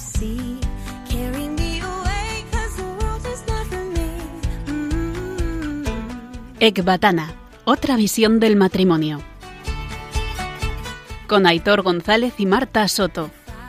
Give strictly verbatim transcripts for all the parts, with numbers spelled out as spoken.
sea. Carry me away, 'cause the world is not for me. Mm-hmm. Ecbatana, otra visión del matrimonio. Con Aitor González y Marta Soto.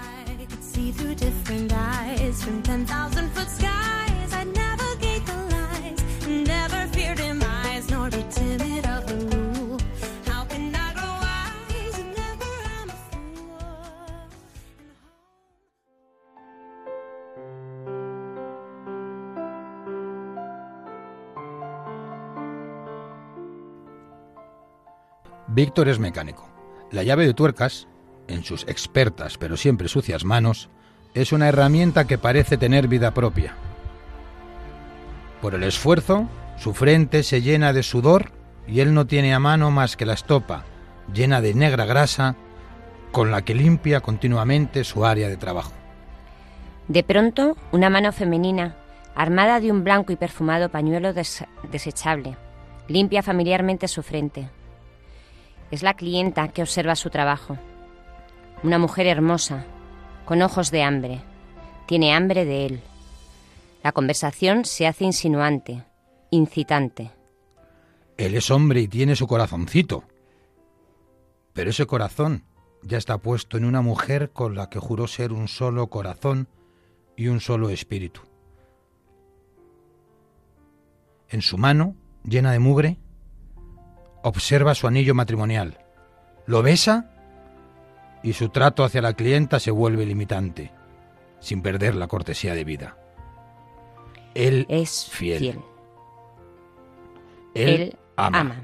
Víctor es mecánico. La llave de tuercas, en sus expertas pero siempre sucias manos, es una herramienta que parece tener vida propia. Por el esfuerzo, su frente se llena de sudor y él no tiene a mano más que la estopa, llena de negra grasa, con la que limpia continuamente su área de trabajo. De pronto, una mano femenina, armada de un blanco y perfumado pañuelo des- desechable, limpia familiarmente su frente. Es la clienta que observa su trabajo. Una mujer hermosa, con ojos de hambre. Tiene hambre de él. La conversación se hace insinuante, incitante. Él es hombre y tiene su corazoncito. Pero ese corazón ya está puesto en una mujer con la que juró ser un solo corazón y un solo espíritu. En su mano, llena de mugre, observa su anillo matrimonial, lo besa y su trato hacia la clienta se vuelve limitante, sin perder la cortesía de vida. Él es fiel. fiel. Él, Él ama. ama.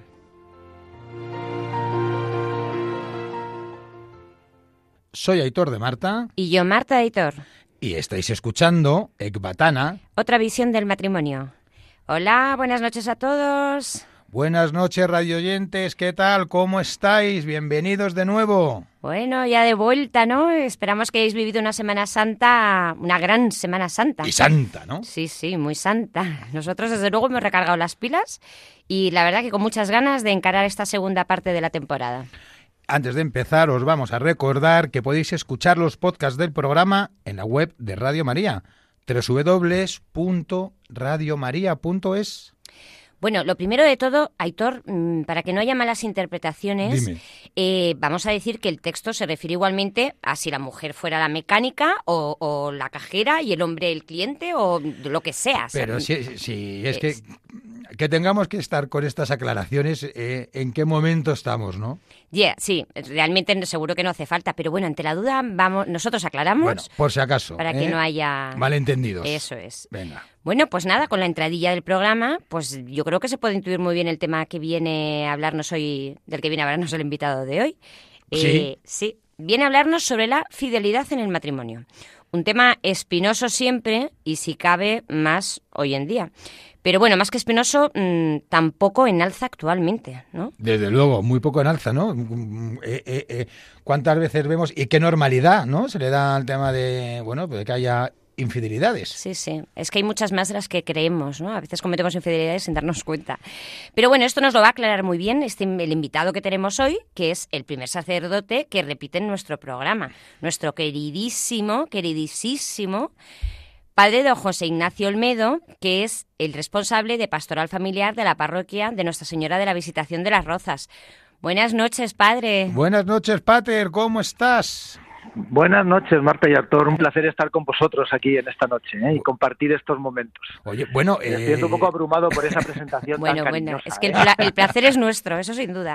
Soy Aitor de Marta. Y yo, Marta de Aitor. Y estáis escuchando Ecbatana. Otra visión del matrimonio. Hola, buenas noches a todos. Buenas noches, radioyentes, ¿qué tal? ¿Cómo estáis? Bienvenidos de nuevo. Bueno, ya de vuelta, ¿no? Esperamos que hayáis vivido una Semana Santa, una gran Semana Santa. Y santa, ¿no? Sí, sí, muy santa. Nosotros, desde luego, hemos recargado las pilas y la verdad que con muchas ganas de encarar esta segunda parte de la temporada. Antes de empezar, os vamos a recordar que podéis escuchar los podcasts del programa en la web de Radio María, doble u doble u doble u punto radio maría punto es. Bueno, lo primero de todo, Aitor, para que no haya malas interpretaciones, eh, vamos a decir que el texto se refiere igualmente a si la mujer fuera la mecánica o, o la cajera y el hombre el cliente o lo que sea. Pero sí, sí, es, es que que tengamos que estar con estas aclaraciones, eh, ¿en qué momento estamos, no? Yeah, sí, realmente seguro que no hace falta, pero bueno, ante la duda, vamos, nosotros aclaramos. Bueno, por si acaso. Para ¿eh? que no haya malentendidos. Eso es. Venga. Bueno, pues nada, con la entradilla del programa, pues yo creo que se puede intuir muy bien el tema que viene a hablarnos hoy, del que viene a hablarnos el invitado de hoy. Sí. Eh, sí, viene a hablarnos sobre la fidelidad en el matrimonio. Un tema espinoso siempre y, si cabe, más hoy en día. Pero bueno, más que espinoso, mmm, tampoco en alza actualmente, ¿no? Desde luego, muy poco en alza, ¿no? Eh, eh, eh, ¿Cuántas veces vemos y qué normalidad, ¿no? Se le da al tema de, bueno, pues de que haya infidelidades. Sí, sí. Es que hay muchas más de las que creemos, ¿no? A veces cometemos infidelidades sin darnos cuenta. Pero bueno, esto nos lo va a aclarar muy bien este, el invitado que tenemos hoy, que es el primer sacerdote que repite en nuestro programa. Nuestro queridísimo, queridísimo padre don José Ignacio Olmedo, que es el responsable de pastoral familiar de la parroquia de Nuestra Señora de la Visitación de las Rozas. Buenas noches, padre. Buenas noches, pater, ¿cómo estás? Buenas noches, Marta y Artur. Un placer estar con vosotros aquí en esta noche, ¿eh? y compartir estos momentos. Oye, bueno... Me eh... siento un poco abrumado por esa presentación bueno, tan bueno, cariñosa. es que el, ¿eh? pla- el placer es nuestro, eso sin duda.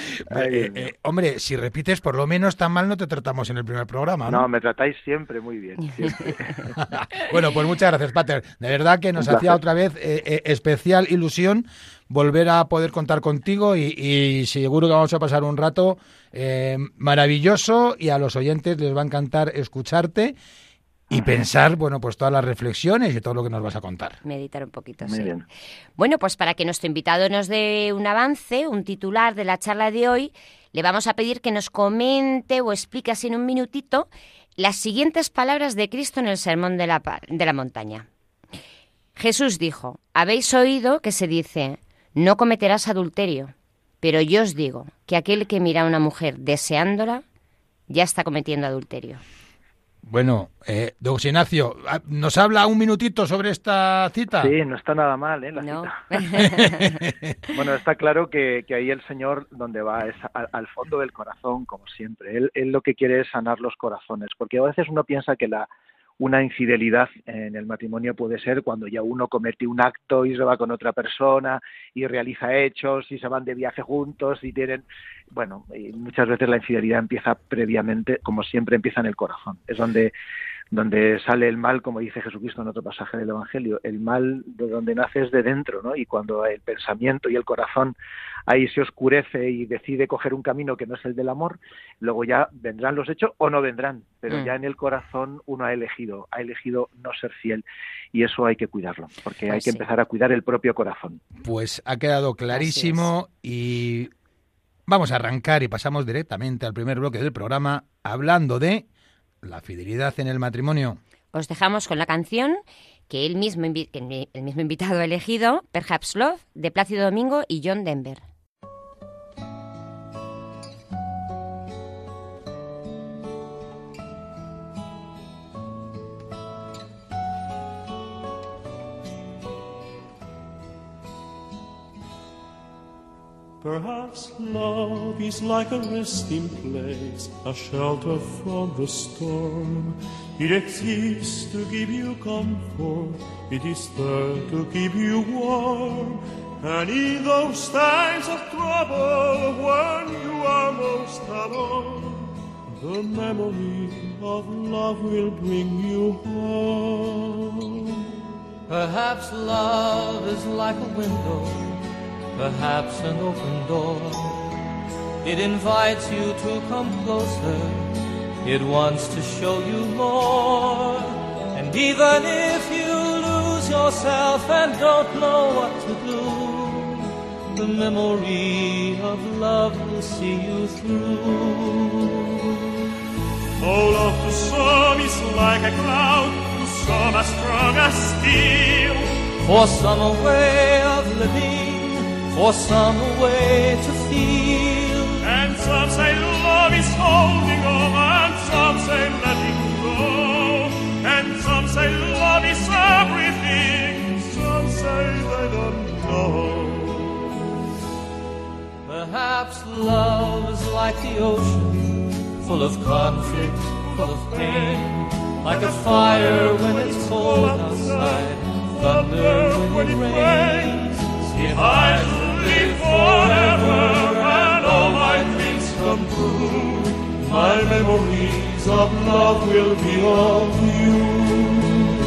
Eh, eh, hombre, si repites, por lo menos tan mal no te tratamos en el primer programa, ¿no? No, me tratáis siempre muy bien, siempre. Bueno, pues muchas gracias, pater. De verdad que nos hacía otra vez eh, eh, especial ilusión volver a poder contar contigo y, y seguro que vamos a pasar un rato eh, maravilloso y a los oyentes les va a encantar escucharte y uh-huh. pensar, bueno, pues todas las reflexiones y todo lo que nos vas a contar. Meditar un poquito, Muy sí. bien. Bueno, pues para que nuestro invitado nos dé un avance, un titular de la charla de hoy, le vamos a pedir que nos comente o explique así en un minutito las siguientes palabras de Cristo en el Sermón de la, de la Montaña. Jesús dijo: habéis oído que se dice, no cometerás adulterio, pero yo os digo que aquel que mira a una mujer deseándola, ya está cometiendo adulterio. Bueno, eh, don José Ignacio, ¿nos habla un minutito sobre esta cita? Sí, no está nada mal, ¿eh? La No. cita. Bueno, está claro que, que ahí el Señor donde va es al, al fondo del corazón, como siempre. Él, él lo que quiere es sanar los corazones, porque a veces uno piensa que la una infidelidad en el matrimonio puede ser cuando ya uno comete un acto y se va con otra persona y realiza hechos y se van de viaje juntos y tienen... Bueno, y muchas veces la infidelidad empieza previamente, como siempre, empieza en el corazón. Es donde, donde sale el mal, como dice Jesucristo en otro pasaje del Evangelio. El mal de donde nace es de dentro, ¿no? Y cuando el pensamiento y el corazón ahí se oscurece y decide coger un camino que no es el del amor, luego ya vendrán los hechos o no vendrán, pero mm. ya en el corazón uno ha elegido, ha elegido no ser fiel, y eso hay que cuidarlo, porque pues hay que sí. empezar a cuidar el propio corazón. Pues ha quedado clarísimo y vamos a arrancar y pasamos directamente al primer bloque del programa hablando de la fidelidad en el matrimonio. Os dejamos con la canción que él mismo, que el mismo invitado ha elegido, Perhaps Love, de Plácido Domingo y John Denver. Perhaps love is like a resting place, a shelter from the storm. It exists to give you comfort, it is there to keep you warm. And in those times of trouble, when you are most alone, the memory of love will bring you home. Perhaps love is like a window, perhaps an open door. It invites you to come closer, it wants to show you more. And even if you lose yourself and don't know what to do, the memory of love will see you through. Oh, love to some is like a cloud, to some as strong as steel. For some a way of living, for some a way to feel. And some say love is holding on, and some say letting go. And some say love is everything, some say they don't know. Perhaps love is like the ocean, full of conflict, full of pain. Like a fire when it's cold outside, thunder when it rains. If I live forever and all my dreams come true, my memories of love will be of you.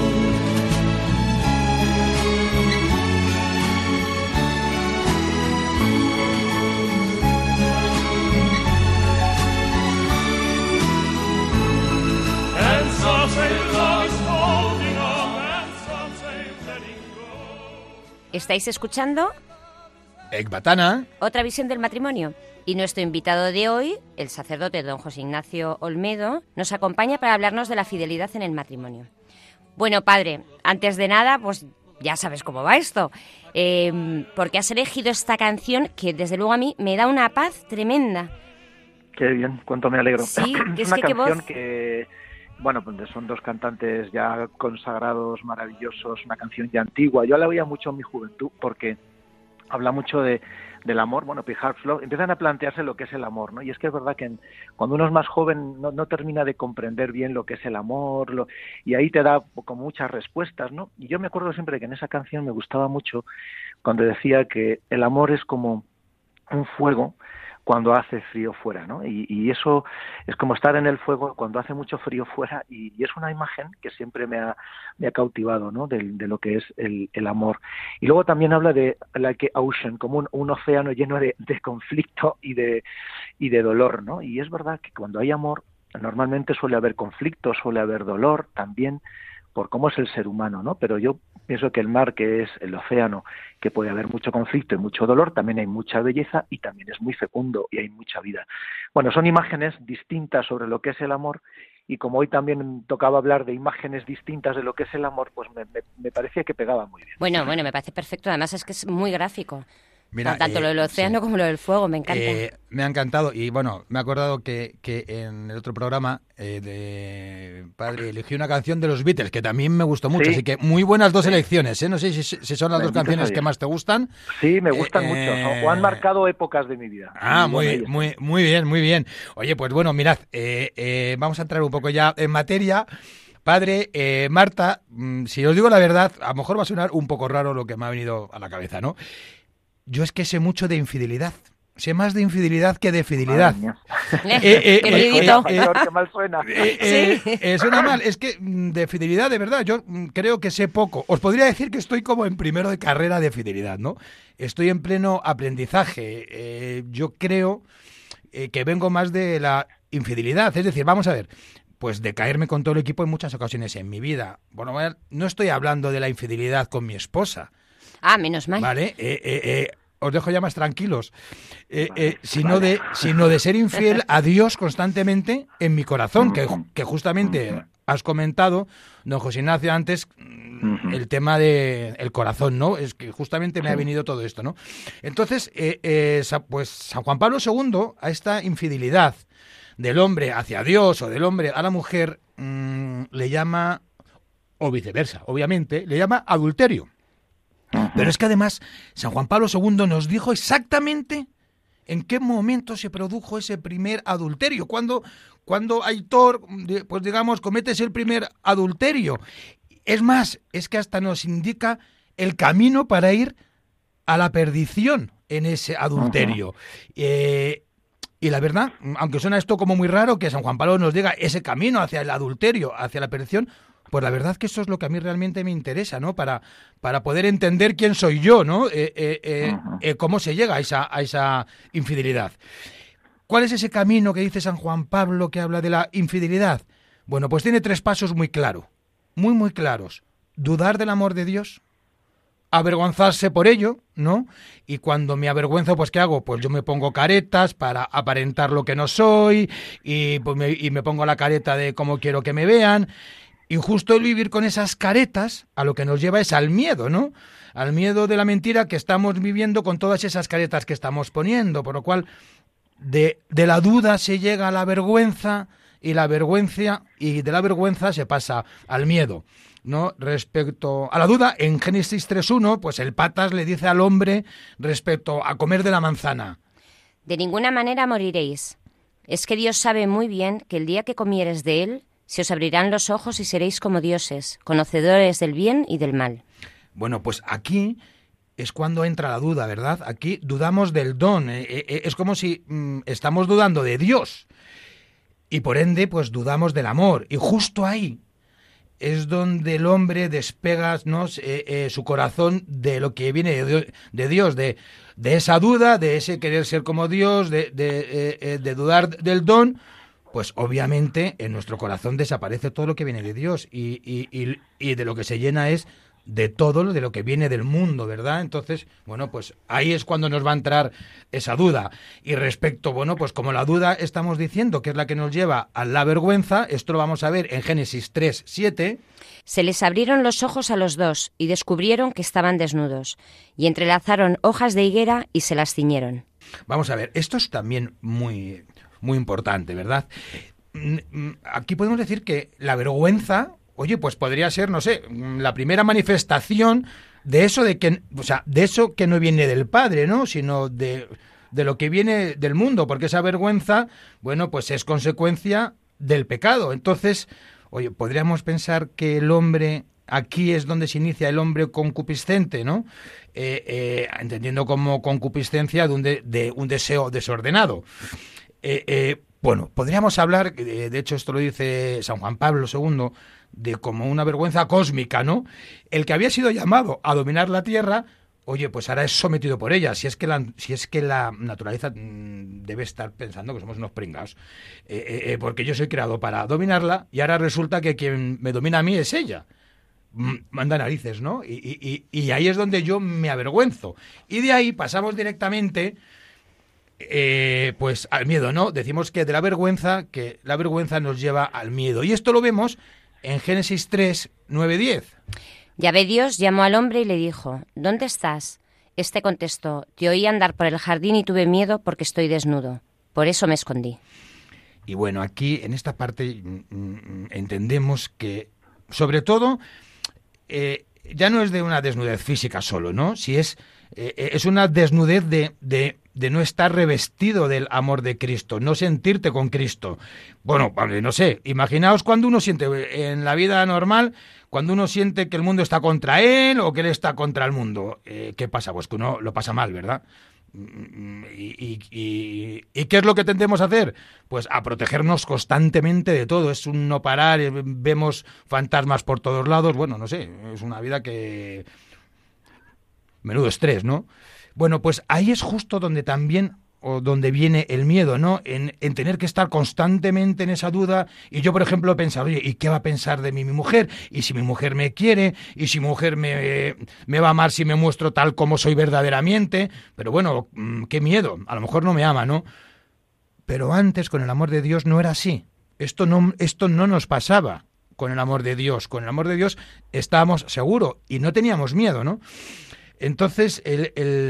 And some say love is holding on, and some say letting go. ¿Estáis escuchando? Ecbatana. Otra visión del matrimonio. Y nuestro invitado de hoy, el sacerdote don José Ignacio Olmedo, nos acompaña para hablarnos de la fidelidad en el matrimonio. Bueno, padre, antes de nada, pues ya sabes cómo va esto. Eh, porque has elegido esta canción que desde luego a mí me da una paz tremenda. Qué bien, cuánto me alegro. Sí, que es es una que canción voz... que, bueno, pues son dos cantantes ya consagrados, maravillosos, una canción ya antigua. Yo la oía mucho en mi juventud porque habla mucho de, del amor. Bueno, Perhaps Love, empiezan a plantearse lo que es el amor, ¿no? Y es que es verdad que en, cuando uno es más joven no, no termina de comprender bien lo que es el amor, lo, y ahí te da como muchas respuestas, ¿no? Y yo me acuerdo siempre que en esa canción me gustaba mucho cuando decía que el amor es como un fuego cuando hace frío fuera, ¿no? Y, y eso es como estar en el fuego cuando hace mucho frío fuera, y, y es una imagen que siempre me ha, me ha cautivado, ¿no? De, de lo que es el, el amor. Y luego también habla de like ocean, como un, un océano lleno de, de conflicto y de, y de dolor, ¿no? Y es verdad que cuando hay amor, normalmente suele haber conflicto, suele haber dolor también, por cómo es el ser humano, ¿no? Pero yo pienso que el mar, que es el océano, que puede haber mucho conflicto y mucho dolor, también hay mucha belleza y también es muy fecundo y hay mucha vida. Bueno, son imágenes distintas sobre lo que es el amor, y como hoy también tocaba hablar de imágenes distintas de lo que es el amor, pues me, me, me parecía que pegaba muy bien. Bueno, bueno, me parece perfecto, además es que es muy gráfico. Mira, No, tanto eh, lo del océano sí. como lo del fuego, me encanta. Eh, me ha encantado y bueno, me he acordado que, que en el otro programa eh, de Padre elegí una canción de los Beatles que también me gustó mucho, Sí. así que muy buenas dos elecciones, ¿eh? No sé si, si son las dos Benditos a canciones que Dios. más te gustan. Sí, me gustan Eh, mucho, son- o han marcado épocas de mi vida. Ah, Y muy, bueno, ahí muy, muy bien, muy bien. Oye, pues bueno, mirad, eh, eh, vamos a entrar un poco ya en materia. Padre, eh, Marta, mm, si os digo la verdad, a lo mejor va a sonar un poco raro lo que me ha venido a la cabeza, ¿no? Yo es que sé mucho de infidelidad. Sé más de infidelidad que de fidelidad. madre mía. Eh, eh, Qué eh, ruidito. eh, Señor, qué mal suena. Eh, eh, eh, suena mal, es que mm, de fidelidad, de verdad, yo mm, creo que sé poco. Os podría decir que estoy como en primero de carrera de fidelidad, ¿no? Estoy en pleno aprendizaje. Eh, yo creo eh, que vengo más de la infidelidad. Es decir, vamos a ver, pues de caerme con todo el equipo en muchas ocasiones en mi vida. Bueno, bueno, no estoy hablando de la infidelidad con mi esposa, Ah, menos mal. ¿vale? Eh, eh, eh, os dejo ya más tranquilos. Eh, eh, sino, de, sino de ser infiel a Dios constantemente en mi corazón, que, que justamente has comentado, don José Ignacio, antes, mm, el tema de el corazón, ¿no? Es que justamente me ha venido todo esto, ¿no? Entonces, eh, eh, sa- pues San Juan Pablo segundo, a esta infidelidad del hombre hacia Dios o del hombre a la mujer, mm, le llama, o viceversa, obviamente, le llama adulterio. Pero es que además San Juan Pablo segundo nos dijo exactamente en qué momento se produjo ese primer adulterio. Cuando, cuando Aitor, pues digamos, cometes el primer adulterio. Es más, es que hasta nos indica el camino para ir a la perdición en ese adulterio. Eh, y la verdad, aunque suena esto como muy raro, que San Juan Pablo nos diga ese camino hacia el adulterio, hacia la perdición, pues la verdad que eso es lo que a mí realmente me interesa, ¿no? Para, para poder entender quién soy yo, ¿no? Eh, eh, eh, eh, cómo se llega a esa, a esa infidelidad. ¿Cuál es ese camino que dice San Juan Pablo que habla de la infidelidad? Bueno, pues tiene tres pasos muy claros, muy, muy claros. Dudar del amor de Dios, avergonzarse por ello, ¿no? Y cuando me avergüenzo, pues ¿qué hago? Pues yo me pongo caretas para aparentar lo que no soy y, pues, me, y me pongo la careta de cómo quiero que me vean. Y justo el vivir con esas caretas a lo que nos lleva es al miedo, ¿no? Al miedo de la mentira que estamos viviendo con todas esas caretas que estamos poniendo, por lo cual de, de la duda se llega a la vergüenza y la vergüenza y de la vergüenza se pasa al miedo, ¿no? Respecto a la duda, en Génesis tres uno, pues el patas le dice al hombre respecto a comer de la manzana. De ninguna manera moriréis. Es que Dios sabe muy bien que el día que comieres de él, se os abrirán los ojos y seréis como dioses, conocedores del bien y del mal. Bueno, pues aquí es cuando entra la duda, ¿verdad? Aquí dudamos del don. Eh, eh, es como si mm, estamos dudando de Dios. Y por ende, pues dudamos del amor. Y justo ahí es donde el hombre despega, ¿no? eh, eh, su corazón de lo que viene de Dios, de, Dios, de, de esa duda, de ese querer ser como Dios, de, de, eh, eh, de dudar del don. Pues obviamente en nuestro corazón desaparece todo lo que viene de Dios y, y, y, y de lo que se llena es de todo lo de lo que viene del mundo, ¿verdad? Entonces, bueno, pues ahí es cuando nos va a entrar esa duda. Y respecto, bueno, pues como la duda estamos diciendo que es la que nos lleva a la vergüenza, esto lo vamos a ver en Génesis tres siete. Se les abrieron los ojos a los dos y descubrieron que estaban desnudos, y entrelazaron hojas de higuera y se las ciñeron. Vamos a ver, esto es también muy, muy importante, ¿verdad? Aquí podemos decir que la vergüenza, oye, pues podría ser, no sé, la primera manifestación de eso de que, o sea, de eso que no viene del Padre, ¿no? Sino de, de lo que viene del mundo, porque esa vergüenza, bueno, pues es consecuencia del pecado. Entonces, oye, podríamos pensar que el hombre, aquí es donde se inicia el hombre concupiscente, ¿no? Eh, eh, entendiendo como concupiscencia de un, de, de un deseo desordenado. Eh, eh, bueno, podríamos hablar, de, de hecho esto lo dice San Juan Pablo segundo, de como una vergüenza cósmica, ¿no? El que había sido llamado a dominar la tierra, oye, pues ahora es sometido por ella. Si es que la, si es que la naturaleza mmm, debe estar pensando que somos unos pringados, eh, eh, porque yo soy creado para dominarla y ahora resulta que quien me domina a mí es ella. Manda narices, ¿no? Y, y, y ahí es donde yo me avergüenzo. Y de ahí pasamos directamente, eh, pues, al miedo, ¿no? Decimos que de la vergüenza, que la vergüenza nos lleva al miedo. Y esto lo vemos en Génesis tres, nueve, diez. Yahvé Dios llamó al hombre y le dijo, ¿dónde estás? Este contestó: te oí andar por el jardín y tuve miedo porque estoy desnudo. Por eso me escondí. Y bueno, aquí en esta parte mm, entendemos que, sobre todo, eh, ya no es de una desnudez física solo, ¿no? Si es, eh, es una desnudez de, de, de no estar revestido del amor de Cristo, no sentirte con Cristo. Bueno, no sé, imaginaos cuando uno siente en la vida normal, cuando uno siente que el mundo está contra él o que él está contra el mundo. Eh, ¿Qué pasa? Pues que uno lo pasa mal, ¿verdad? ¿Y, y, y, ¿Y qué es lo que tendemos a hacer? Pues a protegernos constantemente de todo. Es un no parar, vemos fantasmas por todos lados. Bueno, no sé, es una vida que... menudo estrés, ¿no? Bueno, pues ahí es justo donde también... o donde viene el miedo, ¿no? En, en tener que estar constantemente en esa duda. Y yo, por ejemplo, pensaba, oye, ¿y qué va a pensar de mí mi mujer? ¿Y si mi mujer me quiere? ¿Y si mi mujer me, me va a amar si me muestro tal como soy verdaderamente? Pero bueno, qué miedo. A lo mejor no me ama, ¿no? Pero antes, con el amor de Dios, no era así. Esto no, esto no nos pasaba con el amor de Dios. Con el amor de Dios estábamos seguros y no teníamos miedo, ¿no? Entonces, el...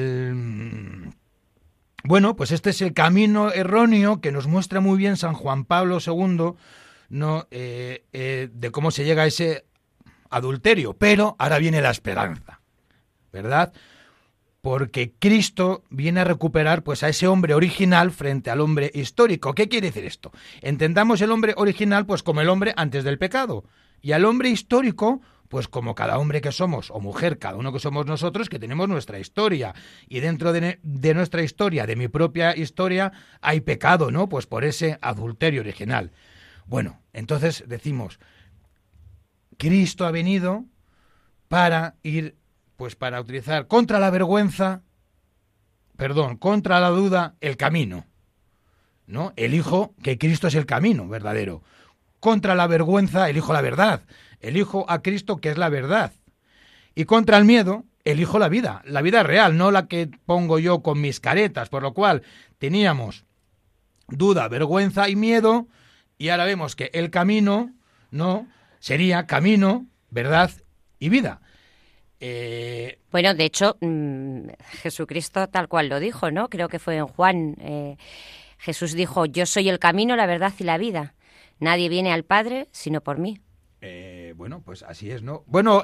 el Bueno, pues este es el camino erróneo que nos muestra muy bien San Juan Pablo segundo, ¿no? Eh, eh, de cómo se llega a ese adulterio. Pero ahora viene la esperanza, ¿verdad? Porque Cristo viene a recuperar pues a ese hombre original frente al hombre histórico. ¿Qué quiere decir esto? Entendamos el hombre original pues como el hombre antes del pecado, y al hombre histórico pues como cada hombre que somos, o mujer, cada uno que somos nosotros, que tenemos nuestra historia. Y dentro de, de nuestra historia, de mi propia historia, hay pecado, ¿no? Pues por ese adulterio original. Bueno, entonces decimos, Cristo ha venido para ir, pues para utilizar contra la vergüenza, perdón, contra la duda, el camino, ¿no? Elijo que Cristo es el camino verdadero. Contra la vergüenza, elijo la verdad. Elijo a Cristo, que es la verdad. Y contra el miedo, elijo la vida, la vida real, no la que pongo yo con mis caretas. Por lo cual teníamos duda, vergüenza y miedo, y ahora vemos que el camino, ¿no?, sería camino, verdad y vida. Eh... Bueno, de hecho, mmm, Jesucristo tal cual lo dijo, ¿no? Creo que fue en Juan. Eh, Jesús dijo: yo soy el camino, la verdad y la vida. Nadie viene al Padre sino por mí. Eh, bueno, pues así es, ¿no? Bueno,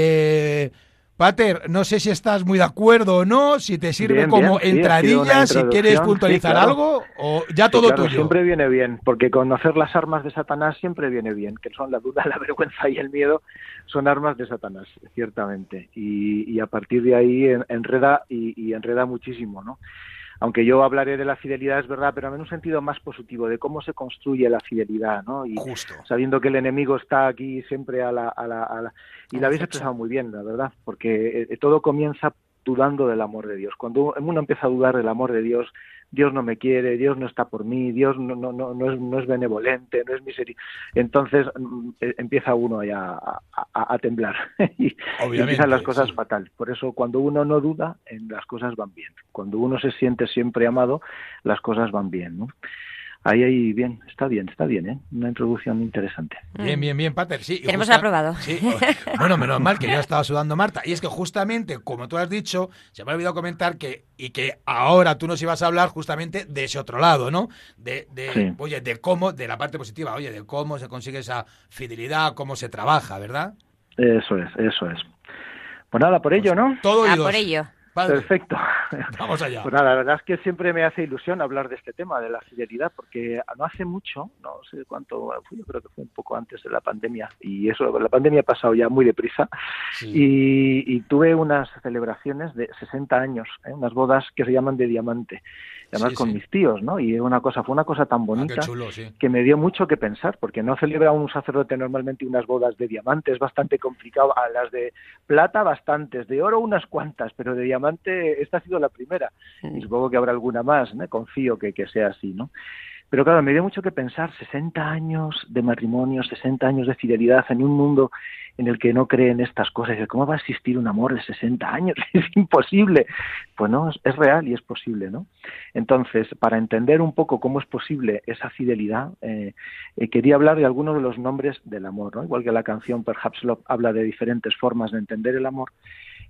eh, Pater, no sé si estás muy de acuerdo o no, si te sirve bien, como bien, entradilla, sí, si quieres puntualizar sí, claro. algo, o ya sí, todo claro, tuyo. Siempre viene bien, porque conocer las armas de Satanás siempre viene bien, que son la duda, la vergüenza y el miedo, son armas de Satanás, ciertamente. Y, y a partir de ahí enreda y, y enreda muchísimo, ¿no? Aunque yo hablaré de la fidelidad, es verdad, pero en un sentido más positivo, de cómo se construye la fidelidad, ¿no? Y Justo. sabiendo que el enemigo está aquí siempre a la... A la, a la y la habéis expresado muy bien, la verdad, porque eh, todo comienza dudando del amor de Dios. Cuando uno empieza a dudar del amor de Dios, Dios no me quiere, Dios no está por mí, Dios no no no, no es no es benevolente, no es misericordioso. Entonces eh, empieza uno ya a, a, a temblar y, y empiezan las cosas sí. fatal. Por eso cuando uno no duda, en las cosas van bien. Cuando uno se siente siempre amado, las cosas van bien, ¿no? Ahí, ahí, bien, está bien, está bien, ¿eh? Una introducción interesante. Bien, bien, bien, Pater, sí. Tenemos justa... aprobado. Sí. Bueno, menos mal que yo estaba sudando, Marta. Y es que justamente, como tú has dicho, se me ha olvidado comentar que, y que ahora tú nos ibas a hablar justamente de ese otro lado, ¿no? De, de sí. Oye, de cómo, de la parte positiva, oye, de cómo se consigue esa fidelidad, cómo se trabaja, ¿verdad? Eso es, eso es. Pues nada, por ello, ¿no? Todo ah, por ello. Padre. Perfecto. Vamos allá. Pues nada, la verdad es que siempre me hace ilusión hablar de este tema, de la fidelidad, porque no hace mucho, no sé cuánto, yo creo que fue un poco antes de la pandemia, y eso, la pandemia ha pasado ya muy deprisa, sí. y, y tuve unas celebraciones de sesenta años, ¿eh? Unas bodas que se llaman de diamante, además sí, con sí. mis tíos, ¿no? Y una cosa, fue una cosa tan bonita ah, qué chulo, sí. que me dio mucho que pensar, porque no celebra un sacerdote normalmente unas bodas de diamante, es bastante complicado, a las de plata bastantes, de oro unas cuantas, pero de diamante esta ha sido la primera, y supongo que habrá alguna más, ¿no? Confío que, que sea así, ¿no? Pero claro, me dio mucho que pensar, sesenta años de matrimonio, sesenta años de fidelidad en un mundo en el que no creen estas cosas. ¿Cómo va a existir un amor de sesenta años? Es imposible. Pues no, es, es real y es posible, ¿no? Entonces, para entender un poco cómo es posible esa fidelidad, eh, eh, quería hablar de algunos de los nombres del amor, ¿no? Igual que la canción Perhaps Love habla de diferentes formas de entender el amor,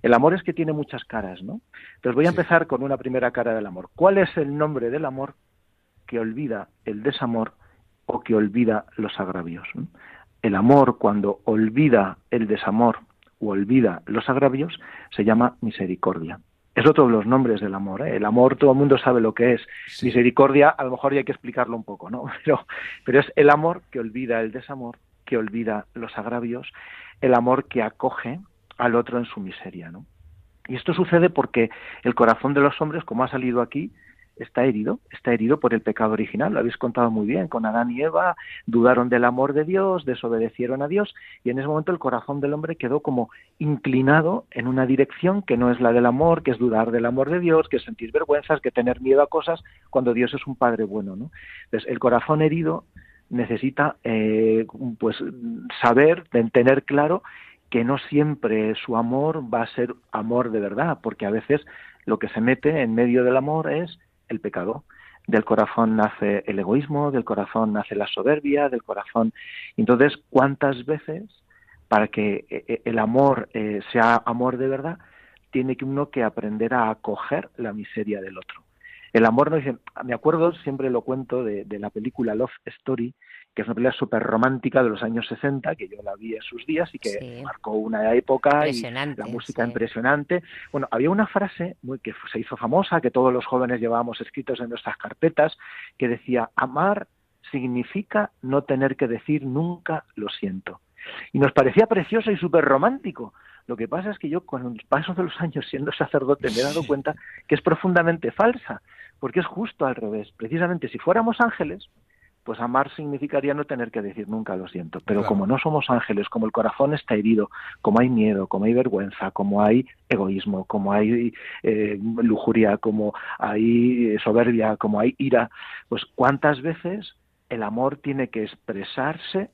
El amor es que tiene muchas caras, ¿no? Entonces voy a Sí. empezar con una primera cara del amor. ¿Cuál es el nombre del amor que olvida el desamor o que olvida los agravios? ¿no? El amor, cuando olvida el desamor o olvida los agravios, se llama misericordia. Es otro de los nombres del amor, ¿eh? El amor todo el mundo sabe lo que es. Sí. Misericordia, a lo mejor ya hay que explicarlo un poco, ¿no? Pero, pero es el amor que olvida el desamor, que olvida los agravios, el amor que acoge al otro en su miseria, ¿no? Y esto sucede porque el corazón de los hombres, como ha salido aquí, está herido, está herido por el pecado original, lo habéis contado muy bien, con Adán y Eva, dudaron del amor de Dios, desobedecieron a Dios, y en ese momento el corazón del hombre quedó como inclinado en una dirección que no es la del amor, que es dudar del amor de Dios, que es sentir vergüenzas, que tener miedo a cosas, cuando Dios es un Padre bueno, ¿no? Entonces, el corazón herido necesita eh, pues saber, tener claro que no siempre su amor va a ser amor de verdad, porque a veces lo que se mete en medio del amor es el pecado. Del corazón nace el egoísmo, del corazón nace la soberbia, del corazón... Entonces, ¿cuántas veces, para que el amor eh, sea amor de verdad, tiene que uno que aprender a acoger la miseria del otro? El amor no dice... Me acuerdo, siempre lo cuento, de, de la película Love Story, que es una película súper romántica de los años sesenta, que yo la vi en sus días y que Sí. marcó una época, y Impresionante, la música sí. impresionante. Bueno, había una frase muy que se hizo famosa, que todos los jóvenes llevábamos escritos en nuestras carpetas, que decía: amar significa no tener que decir nunca lo siento. Y nos parecía precioso y súper romántico. Lo que pasa es que yo, con el paso de los años siendo sacerdote, me he dado cuenta que es profundamente falsa, porque es justo al revés. Precisamente, si fuéramos ángeles, pues amar significaría no tener que decir nunca lo siento. Pero Claro. como no somos ángeles, como el corazón está herido, como hay miedo, como hay vergüenza, como hay egoísmo, como hay eh, lujuria, como hay soberbia, como hay ira, pues cuántas veces el amor tiene que expresarse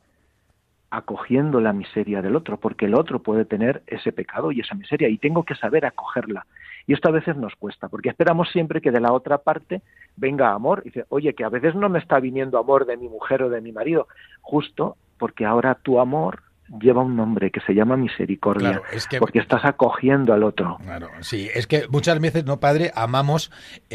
acogiendo la miseria del otro, porque el otro puede tener ese pecado y esa miseria, y tengo que saber acogerla. Y esto a veces nos cuesta, porque esperamos siempre que de la otra parte venga amor, y dice, oye, que a veces no me está viniendo amor de mi mujer o de mi marido, justo porque ahora tu amor lleva un nombre que se llama misericordia, Claro, es que- porque estás acogiendo al otro. Claro, sí, es que muchas veces, ¿no, padre? Amamos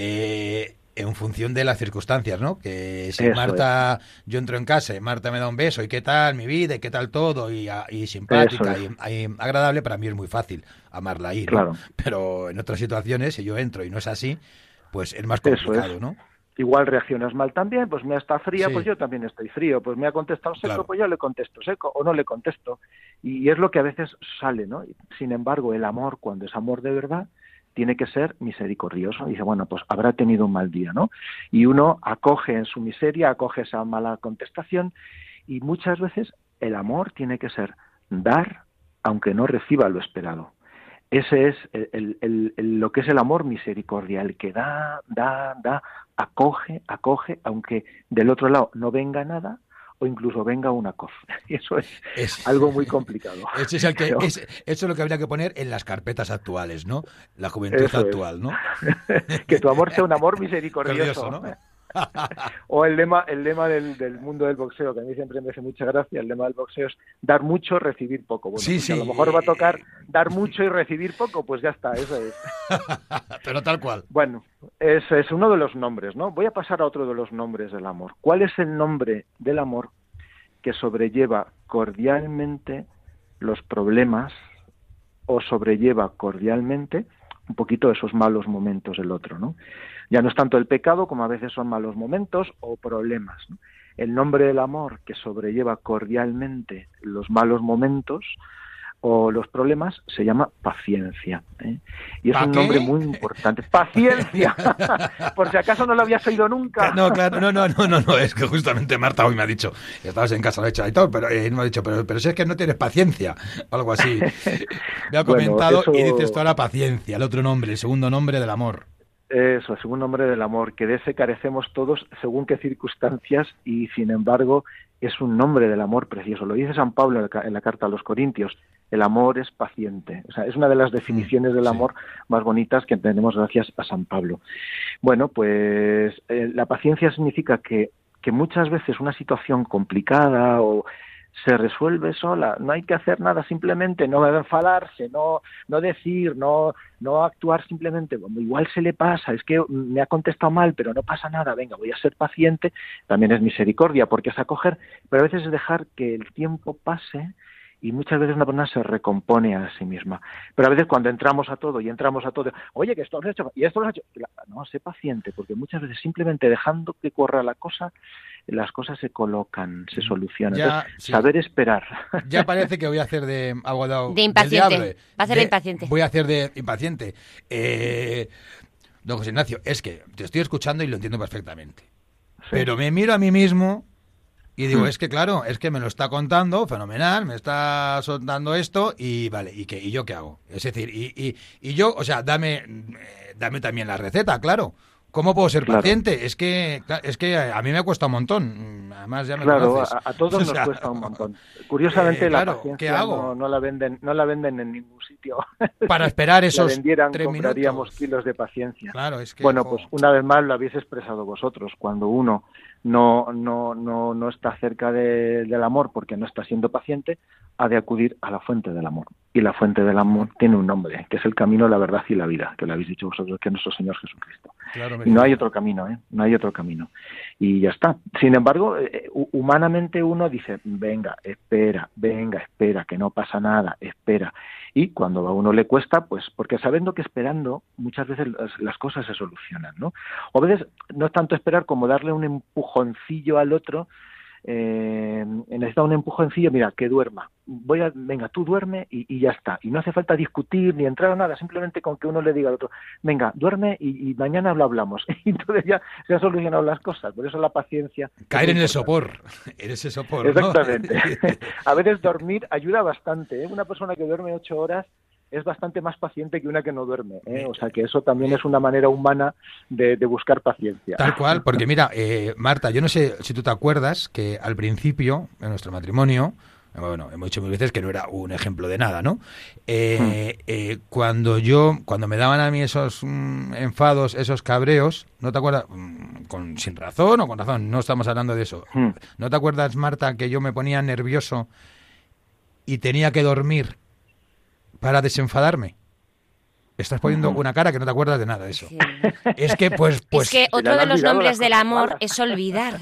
eh, en función de las circunstancias, ¿no? Que si Eso Marta, yo entro en casa y Marta me da un beso, ¿y qué tal mi vida? ¿Y qué tal todo? Y, a- y simpática, Eso y, y agradable, para mí es muy fácil amarla ahí, ¿no? Claro. Pero en otras situaciones, si yo entro y no es así, pues es más Eso complicado, es. ¿no? Igual reaccionas mal también, pues me está fría, Sí. pues yo también estoy frío, pues me ha contestado seco, Claro. pues yo le contesto seco, o no le contesto. Y es lo que a veces sale, ¿no? Sin embargo, el amor, cuando es amor de verdad, tiene que ser misericordioso. Dice, bueno, pues habrá tenido un mal día, ¿no? Y uno acoge en su miseria, acoge esa mala contestación, y muchas veces el amor tiene que ser dar, aunque no reciba lo esperado. Ese es el, el, el, el, lo que es el amor misericordia, el que da, da, da, acoge, acoge, aunque del otro lado no venga nada o incluso venga una coz. Y eso es, Es- algo muy complicado. Ese es el que, Pero es- eso es lo que habría que poner en las carpetas actuales, ¿no? La juventud Eso es. actual, ¿no? que tu amor sea un amor misericordioso. Curioso, ¿no? O el lema, el lema del, del mundo del boxeo, que a mí siempre me hace mucha gracia, el lema del boxeo es dar mucho, recibir poco. Bueno, Sí, pues sí. a lo mejor va a tocar dar mucho y recibir poco, pues ya está, eso es. Pero tal cual. Bueno, ese es uno de los nombres, ¿no? Voy a pasar a otro de los nombres del amor. ¿Cuál es el nombre del amor que sobrelleva cordialmente los problemas o sobrelleva cordialmente un poquito esos malos momentos del otro, ¿no? Ya no es tanto el pecado como a veces son malos momentos o problemas, ¿no? El nombre del amor que sobrelleva cordialmente los malos momentos o los problemas se llama paciencia, ¿eh? Y es ¿Pa un qué? nombre muy importante. ¡Paciencia! Por si acaso no lo habías oído nunca. No, claro, no, no, no, no, no, es que justamente Marta hoy me ha dicho, estabas en casa, lo he hecho y todo, pero eh, me ha dicho, pero, pero si es que no tienes paciencia, algo así. Me ha Bueno, comentado eso- y dices toda la paciencia, el otro nombre, el segundo nombre del amor. Eso, según nombre del amor, que de ese carecemos todos según qué circunstancias y sin embargo es un nombre del amor precioso. Lo dice San Pablo en la, ca- en la carta a los Corintios, el amor es paciente. O sea, es una de las definiciones del sí. amor más bonitas que tenemos gracias a San Pablo. Bueno, pues eh, la paciencia significa que, que muchas veces una situación complicada o se resuelve sola, no hay que hacer nada, simplemente no enfadarse, no no decir, no no actuar simplemente, bueno, igual se le pasa, es que me ha contestado mal, pero no pasa nada, venga, voy a ser paciente, también es misericordia, porque es acoger, pero a veces es dejar que el tiempo pase y muchas veces una persona se recompone a sí misma. Pero a veces cuando entramos a todo y entramos a todo, oye, que esto lo has hecho, y esto lo has hecho, no, sé paciente, porque muchas veces simplemente dejando que corra la cosa, las cosas se colocan, se solucionan. Ya, Entonces, sí. saber esperar. Ya parece que voy a hacer de abogado De impaciente. del diablo. Va a hacer De- de impaciente. Voy a hacer de impaciente. Eh, don José Ignacio, es que te estoy escuchando y lo entiendo perfectamente. Sí. Pero me miro a mí mismo y digo, Hmm. es que claro, es que me lo está contando, fenomenal, me está soltando esto y vale, ¿y qué? ¿Y yo qué hago? Es decir, y, y, y yo, o sea, dame, eh, dame también la receta, claro. ¿Cómo puedo ser Claro. paciente? Es que es que a mí me cuesta un montón. Además ya me Claro, conoces. a, a todos O nos sea, cuesta un montón. Curiosamente, eh, la claro, ¿qué paciencia hago? no, no la venden, no la venden en ningún sitio. Para esperar Si esos la vendieran, tres compraríamos minutos. kilos de paciencia. Claro, es que Bueno, jo, pues una vez más lo habéis expresado vosotros. Cuando uno no no no no está cerca de- del amor porque no está siendo paciente, ha de acudir a la fuente del amor. Y la fuente del amor tiene un nombre, que es el camino, la verdad y la vida, que lo habéis dicho vosotros, que es nuestro Señor Jesucristo. claro, me Y no hay dice. otro camino, ¿eh? No hay otro camino. Y ya está. Sin embargo, eh, hu- humanamente uno dice, venga, espera, venga, espera, que no pasa nada, espera. Y cuando a uno le cuesta, pues porque sabiendo que esperando, muchas veces las, las cosas se solucionan, ¿no? O a veces no es tanto esperar como darle un empujoncillo al otro, eh, necesita un empujoncillo, mira, que duerma. Voy a, venga, tú duerme y, y ya está. Y no hace falta discutir ni entrar a nada, simplemente con que uno le diga al otro, venga, duerme y, y mañana lo hablamos. Y entonces ya se han solucionado las cosas. Por eso la paciencia. Caer en el es muy importante. sopor. En ese sopor, ¿no? Exactamente. A veces dormir ayuda bastante, ¿eh? Una persona que duerme ocho horas es bastante más paciente que una que no duerme, ¿eh? O sea que eso también es una manera humana de, de buscar paciencia. Tal cual, porque mira, eh, Marta, yo no sé si tú te acuerdas que al principio, en nuestro matrimonio, bueno, hemos dicho mil veces que no era un ejemplo de nada, ¿no? Eh, eh, cuando yo, cuando me daban a mí esos mm, enfados, esos cabreos, ¿no te acuerdas? Mm, con, sin razón o con razón, no estamos hablando de eso. Hmm. ¿No te acuerdas, Marta, que yo me ponía nervioso y tenía que dormir para desenfadarme? Estás poniendo Ujú. una cara que no te acuerdas de nada de eso. Sí. Es que, pues, pues es que le otro han de los olvidado nombres las del cosas amor malas. es olvidar.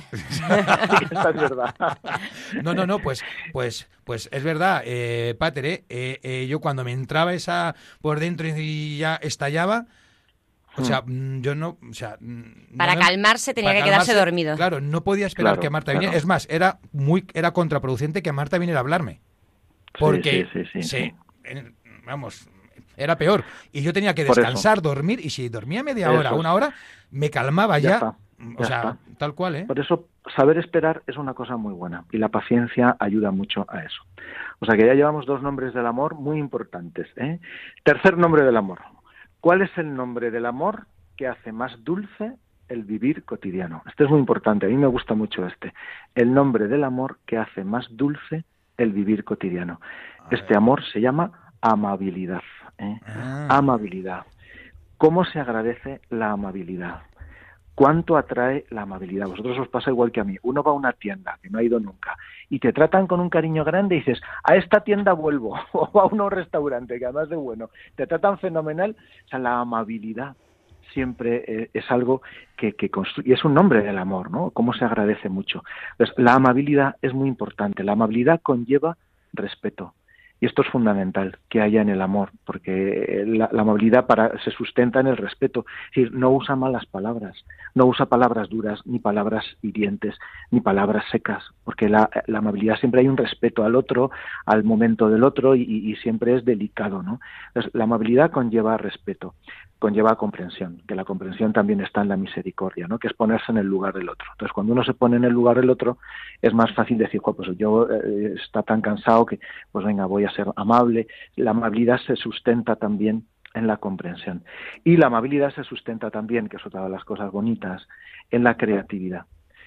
Esa es verdad. No, no, no, pues, pues, pues es verdad, eh, Pater, eh, eh, eh, yo cuando me entraba esa por dentro y ya estallaba, o sea, mm, yo no, o sea, mm, Para no me- calmarse tenía para que quedarse calmarse, dormido. Claro, no podía esperar Claro, que Marta claro. viniera. Es más, era muy, era contraproducente que Marta viniera a hablarme, porque, sí, sí, sí, se- sí. en- vamos, era peor. Y yo tenía que Por eso. descansar, dormir, y si dormía media Eso hora, es. una hora, me calmaba Ya ya. está, O ya sea, está. tal cual, ¿eh? Por eso, saber esperar es una cosa muy buena y la paciencia ayuda mucho a eso. O sea que ya llevamos dos nombres del amor muy importantes, ¿eh? Tercer nombre del amor. ¿Cuál es el nombre del amor que hace más dulce el vivir cotidiano? Este es muy importante, a mí me gusta mucho este. El nombre del amor que hace más dulce el vivir cotidiano. A Este ver. amor se llama amabilidad, ¿eh? Ah. Amabilidad. ¿Cómo se agradece la amabilidad? ¿Cuánto atrae la amabilidad? Vosotros os pasa igual que a mí. Uno va a una tienda que no ha ido nunca y te tratan con un cariño grande y dices, a esta tienda vuelvo, o a un restaurante que además de bueno, te tratan fenomenal. O sea, la amabilidad siempre eh, es algo que, que construye, y es un nombre del amor, ¿no? Cómo se agradece mucho. Entonces, la amabilidad es muy importante. La amabilidad conlleva respeto. Y esto es fundamental, que haya en el amor, porque la, la amabilidad para, se sustenta en el respeto. Es decir, no usa malas palabras, no usa palabras duras, ni palabras hirientes, ni palabras secas, porque la, la amabilidad siempre hay un respeto al otro, al momento del otro, y, y siempre es delicado, ¿no? Entonces, la amabilidad conlleva respeto, conlleva comprensión, que la comprensión también está en la misericordia, ¿no? Que es ponerse en el lugar del otro. Entonces, cuando uno se pone en el lugar del otro, es más fácil decir, "Jo, pues yo eh, está tan cansado que, pues venga, voy a ser amable". La amabilidad se sustenta también en la comprensión. Y la amabilidad se sustenta también, que es otra de las cosas bonitas, en la creatividad.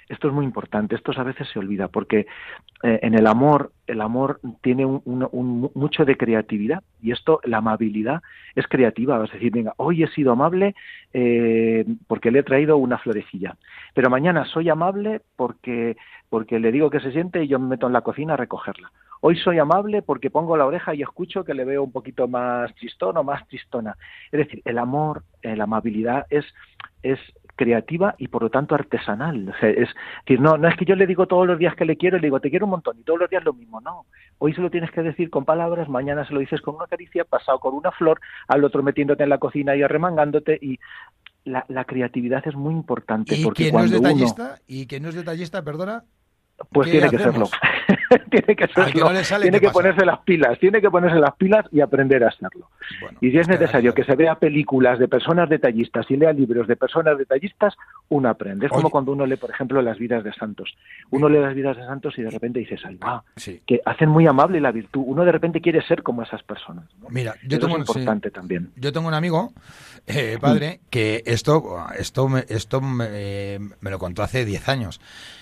Esto es muy importante, esto a veces se olvida, porque eh, en el amor, el amor tiene un, un, un, mucho de creatividad, y esto, la amabilidad es creativa, es decir, venga, hoy he sido amable eh, porque le he traído una florecilla, pero mañana soy amable porque, porque le digo que se siente y yo me meto en la cocina a recogerla. Hoy soy amable porque pongo la oreja y escucho que le veo un poquito más tristón o más tristona. Es decir, el amor, eh, la amabilidad es, es creativa y por lo tanto artesanal. O sea, es decir, no, no es que yo le digo todos los días que le quiero y le digo te quiero un montón y todos los días lo mismo, no. Hoy se lo tienes que decir con palabras, mañana se lo dices con una caricia, pasado con una flor, al otro metiéndote en la cocina y arremangándote, y la, la creatividad es muy importante. ¿Y porque quien no es cuando detallista? uno, ¿Y quien no es detallista, perdona? pues ¿Qué tiene que hacemos? serlo. tiene que Al que serlo. no le sale, tiene ¿qué que pasa? ponerse las pilas, tiene que ponerse las pilas y aprender a hacerlo. Bueno, Y si es pues necesario quedaría. que se vea películas de personas detallistas y lea libros de personas detallistas, uno aprende. Es Oye. como cuando uno lee, por ejemplo, las vidas de santos. Uno lee las vidas de santos y de repente dices, ay, va, Sí. que hacen muy amable la virtud. Uno de repente quiere ser como esas personas, ¿no? Mira, yo Eso tengo, es un- sí. importante también. Yo tengo un amigo, eh, padre, que esto, esto, me, esto me, me lo contó hace diez años.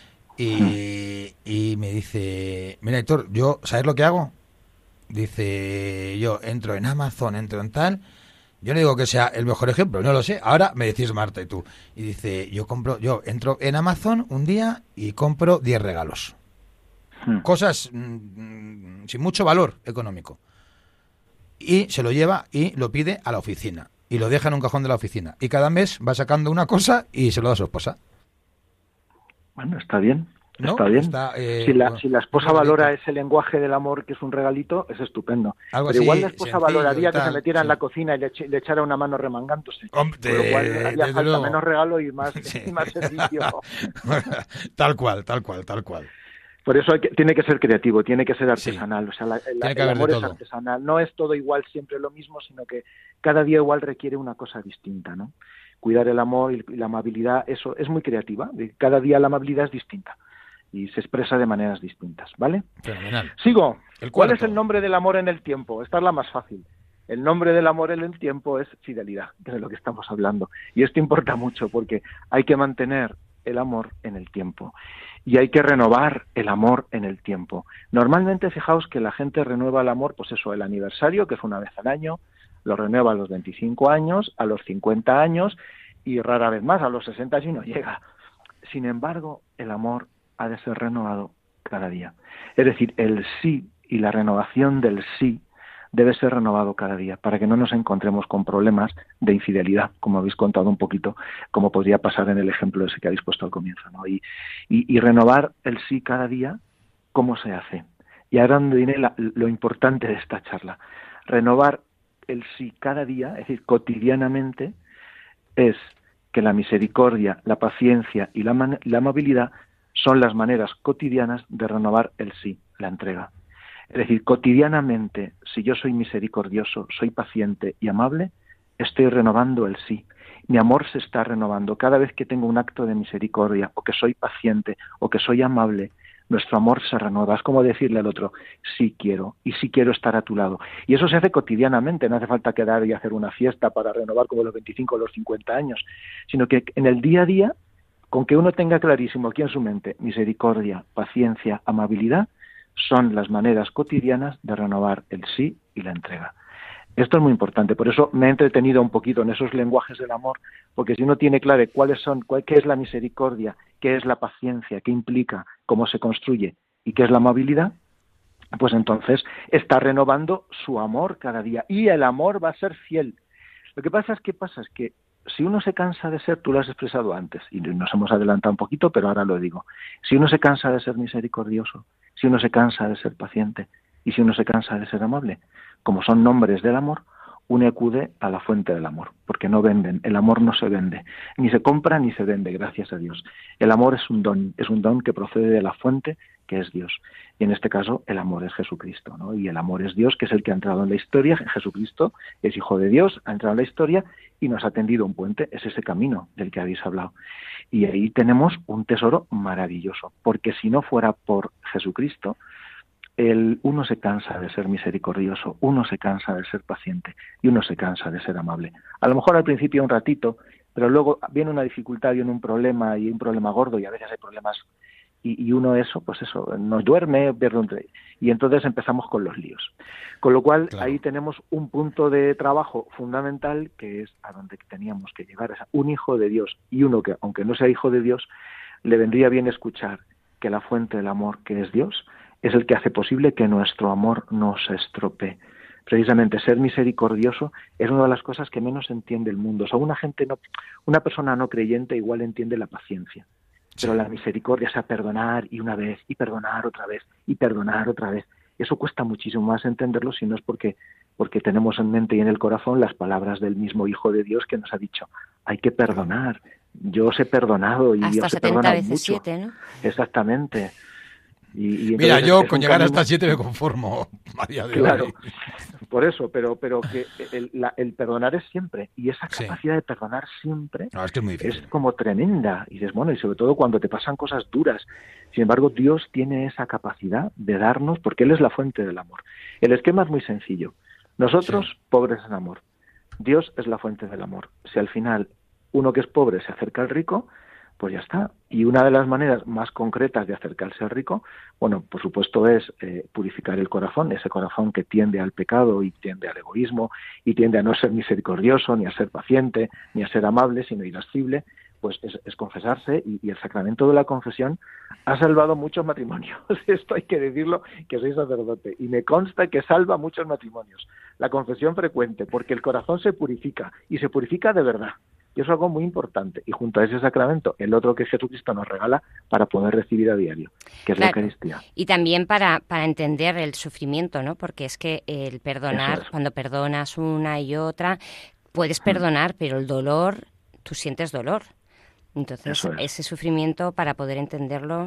Y, y me dice, mira, Héctor, yo, ¿sabes lo que hago? Dice, yo entro en Amazon, entro en tal. Yo no digo que sea el mejor ejemplo, no lo sé. Ahora me decís Marta y tú. Y dice, yo compro, yo entro en Amazon un día y compro diez regalos. Hmm. Cosas mm, sin mucho valor económico. Y se lo lleva y lo pide a la oficina. Y lo deja en un cajón de la oficina. Y cada mes va sacando una cosa y se lo da a su esposa. Bueno, está bien. ¿No? Está bien. Está, eh, si, la, bueno, si la esposa un regalito. valora ese lenguaje del amor, que es un regalito, es estupendo. Algo Pero así, igual la esposa sencillo valoraría y que se tal, metiera sí. en la cocina y le, eche- le echara una mano remangándose. Hombre, Con lo cual de- haría desde falta luego. menos regalo y más, Sí. y más servicio. Tal cual, tal cual, tal cual. Por eso hay que, tiene que ser creativo, tiene que ser Sí. artesanal. O sea, la- la- Tiene que el haber de amor es todo. artesanal. No es todo igual, siempre lo mismo, sino que cada día igual requiere una cosa distinta, ¿no? Cuidar el amor y la amabilidad, eso es muy creativa. Cada día la amabilidad es distinta y se expresa de maneras distintas, ¿vale? Fenomenal. Sigo. El ¿Cuál cuarto. es el nombre del amor en el tiempo? Esta es la más fácil. El nombre del amor en el tiempo es fidelidad, que es de lo que estamos hablando. Y esto importa mucho porque hay que mantener el amor en el tiempo y hay que renovar el amor en el tiempo. Normalmente, fijaos que la gente renueva el amor, pues eso, el aniversario, que es una vez al año, lo renueva a los veinticinco años, a los cincuenta años y rara vez más, a los sesenta si no llega. Sin embargo, el amor ha de ser renovado cada día. Es decir, el sí y la renovación del sí debe ser renovado cada día para que no nos encontremos con problemas de infidelidad, como habéis contado un poquito, como podría pasar en el ejemplo ese que habéis puesto al comienzo, ¿no? Y, y, y renovar el sí cada día, ¿cómo se hace? Y ahora donde viene la, lo importante de esta charla. Renovar el sí cada día, es decir, cotidianamente, es que la misericordia, la paciencia y la, man- la amabilidad son las maneras cotidianas de renovar el sí, la entrega. Es decir, cotidianamente, si yo soy misericordioso, soy paciente y amable, estoy renovando el sí. Mi amor se está renovando. Cada vez que tengo un acto de misericordia, o que soy paciente, o que soy amable, nuestro amor se renueva. Es como decirle al otro, sí quiero, y sí quiero estar a tu lado. Y eso se hace cotidianamente, no hace falta quedar y hacer una fiesta para renovar como los veinticinco o los cincuenta años, sino que en el día a día, con que uno tenga clarísimo aquí en su mente misericordia, paciencia, amabilidad, son las maneras cotidianas de renovar el sí y la entrega. Esto es muy importante, por eso me he entretenido un poquito en esos lenguajes del amor, porque si uno tiene claro cuáles son, cuál, qué es la misericordia, qué es la paciencia, qué implica, cómo se construye y qué es la amabilidad, pues entonces está renovando su amor cada día y el amor va a ser fiel. Lo que pasa es que pasa es que si uno se cansa de ser, tú lo has expresado antes y nos hemos adelantado un poquito, pero ahora lo digo, si uno se cansa de ser misericordioso, si uno se cansa de ser paciente y si uno se cansa de ser amable, como son nombres del amor, uno acude a la fuente del amor, porque no venden, el amor no se vende, ni se compra ni se vende, gracias a Dios. El amor es un don, es un don que procede de la fuente que es Dios. Y en este caso el amor es Jesucristo, ¿no? Y el amor es Dios, que es el que ha entrado en la historia. Jesucristo es Hijo de Dios, ha entrado en la historia y nos ha tendido un puente, es ese camino del que habéis hablado. Y ahí tenemos un tesoro maravilloso, porque si no fuera por Jesucristo, el uno se cansa de ser misericordioso, uno se cansa de ser paciente y uno se cansa de ser amable. A lo mejor al principio un ratito, pero luego viene una dificultad, viene un problema y un problema gordo, y a veces hay problemas, y, y uno eso, pues eso, no duerme, pierde un tre- y entonces empezamos con los líos. Con lo cual, Claro. ahí tenemos un punto de trabajo fundamental, que es a donde teníamos que llegar, es a un hijo de Dios, y uno que, aunque no sea hijo de Dios, le vendría bien escuchar que la fuente del amor, que es Dios, es el que hace posible que nuestro amor no se estropee. Precisamente ser misericordioso es una de las cosas que menos entiende el mundo. O sea, una gente no, una persona no creyente igual entiende la paciencia, pero la misericordia, o sea, perdonar y una vez, y perdonar otra vez, y perdonar otra vez. Eso cuesta muchísimo más entenderlo si no es porque, porque tenemos en mente y en el corazón las palabras del mismo Hijo de Dios que nos ha dicho, hay que perdonar. Yo os he perdonado y Hasta os he setenta perdonado veces mucho. siete, ¿no? Exactamente. Y, y Mira, entonces yo es con un llegar camino- hasta siete me conformo a día de Claro, hoy. por eso, pero pero que el, la- el perdonar es siempre, y esa Sí. capacidad de perdonar siempre No, es que es muy es difícil. como tremenda, y dices, bueno, y sobre todo cuando te pasan cosas duras. Sin embargo, Dios tiene esa capacidad de darnos, porque Él es la fuente del amor. El esquema es muy sencillo. Nosotros, Sí. pobres en amor. Dios es la fuente del amor. Si al final uno que es pobre se acerca al rico, pues ya está. Y una de las maneras más concretas de acercarse al rico, bueno, por supuesto es eh, purificar el corazón, ese corazón que tiende al pecado y tiende al egoísmo y tiende a no ser misericordioso, ni a ser paciente, ni a ser amable, sino irascible, pues es, es confesarse, y, y el sacramento de la confesión ha salvado muchos matrimonios. Esto hay que decirlo, que soy sacerdote, y me consta que salva muchos matrimonios. La confesión frecuente, porque el corazón se purifica, y se purifica de verdad. Y eso es algo muy importante. Y junto a ese sacramento, el otro que Jesucristo nos regala para poder recibir a diario, que es la Claro. Eucaristía. Y también para, para entender el sufrimiento, ¿no? Porque es que el perdonar, Eso es. cuando perdonas una y otra, puedes perdonar, pero el dolor, tú sientes dolor. Entonces, Eso es. ese sufrimiento, para poder entenderlo,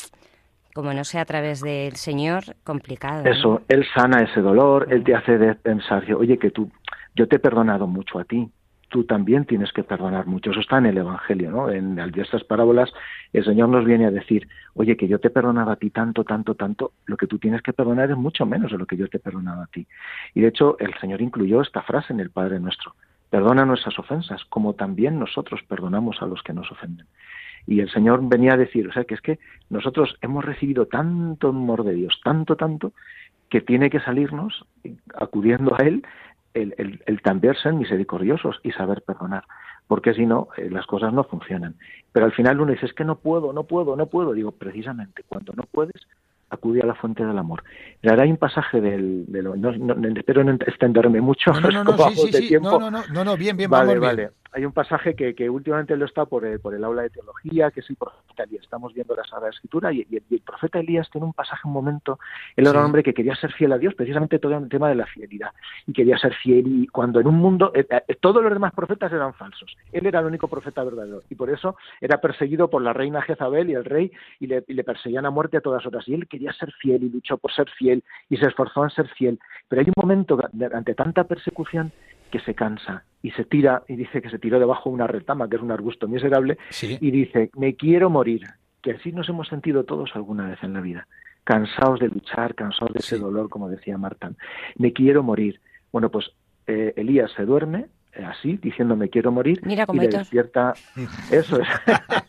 como no sea a través del Señor, complicado, ¿no? Eso, Él sana ese dolor, Él te hace de pensar, oye, que tú, yo te he perdonado mucho a ti, tú también tienes que perdonar mucho. Eso está en el Evangelio, ¿no? En estas parábolas el Señor nos viene a decir, oye, que yo te he perdonado a ti tanto, tanto, tanto, lo que tú tienes que perdonar es mucho menos de lo que yo te he perdonado a ti. Y de hecho el Señor incluyó esta frase en el Padre Nuestro, perdona nuestras ofensas, como también nosotros perdonamos a los que nos ofenden. Y el Señor venía a decir, o sea, que es que nosotros hemos recibido tanto amor de Dios, tanto, tanto, que tiene que salirnos, acudiendo a Él, el, el, el también ser misericordiosos y saber perdonar, porque si no, eh, las cosas no funcionan. Pero al final uno dice, es que no puedo, no puedo, no puedo. Digo, precisamente, cuando no puedes, acude a la fuente del amor. Y ahora hay un pasaje del... del no, no, no, espero no extenderme mucho. No, no, no, no, como sí, vamos sí, de sí. tiempo. No, no, no, no, no, bien, bien, Vale, vamos vale. bien. Hay un pasaje que, que últimamente lo está por el, por el aula de teología, que es el profeta Elías. Estamos viendo la Sagrada Escritura y, y, y el profeta Elías tiene un pasaje, un momento. Él era Sí. un hombre que quería ser fiel a Dios, precisamente todo el tema de la fidelidad. Y quería ser fiel, y cuando en un mundo, eh, eh, todos los demás profetas eran falsos. Él era el único profeta verdadero. Y por eso era perseguido por la reina Jezabel y el rey, y le, y le perseguían a muerte a todas horas. Y él quería ser fiel y luchó por ser fiel y se esforzó en ser fiel. Pero hay un momento, ante tanta persecución, que se cansa y se tira, y dice que se tiró debajo de una retama, que es un arbusto miserable, Sí. y dice, me quiero morir, que así nos hemos sentido todos alguna vez en la vida, cansados de luchar, cansados de ese Sí. dolor, como decía Marta, me quiero morir. Bueno, pues eh, Elías se duerme, eh, así, diciendo me quiero morir, Mira cómo y le Héctor. despierta, eso es,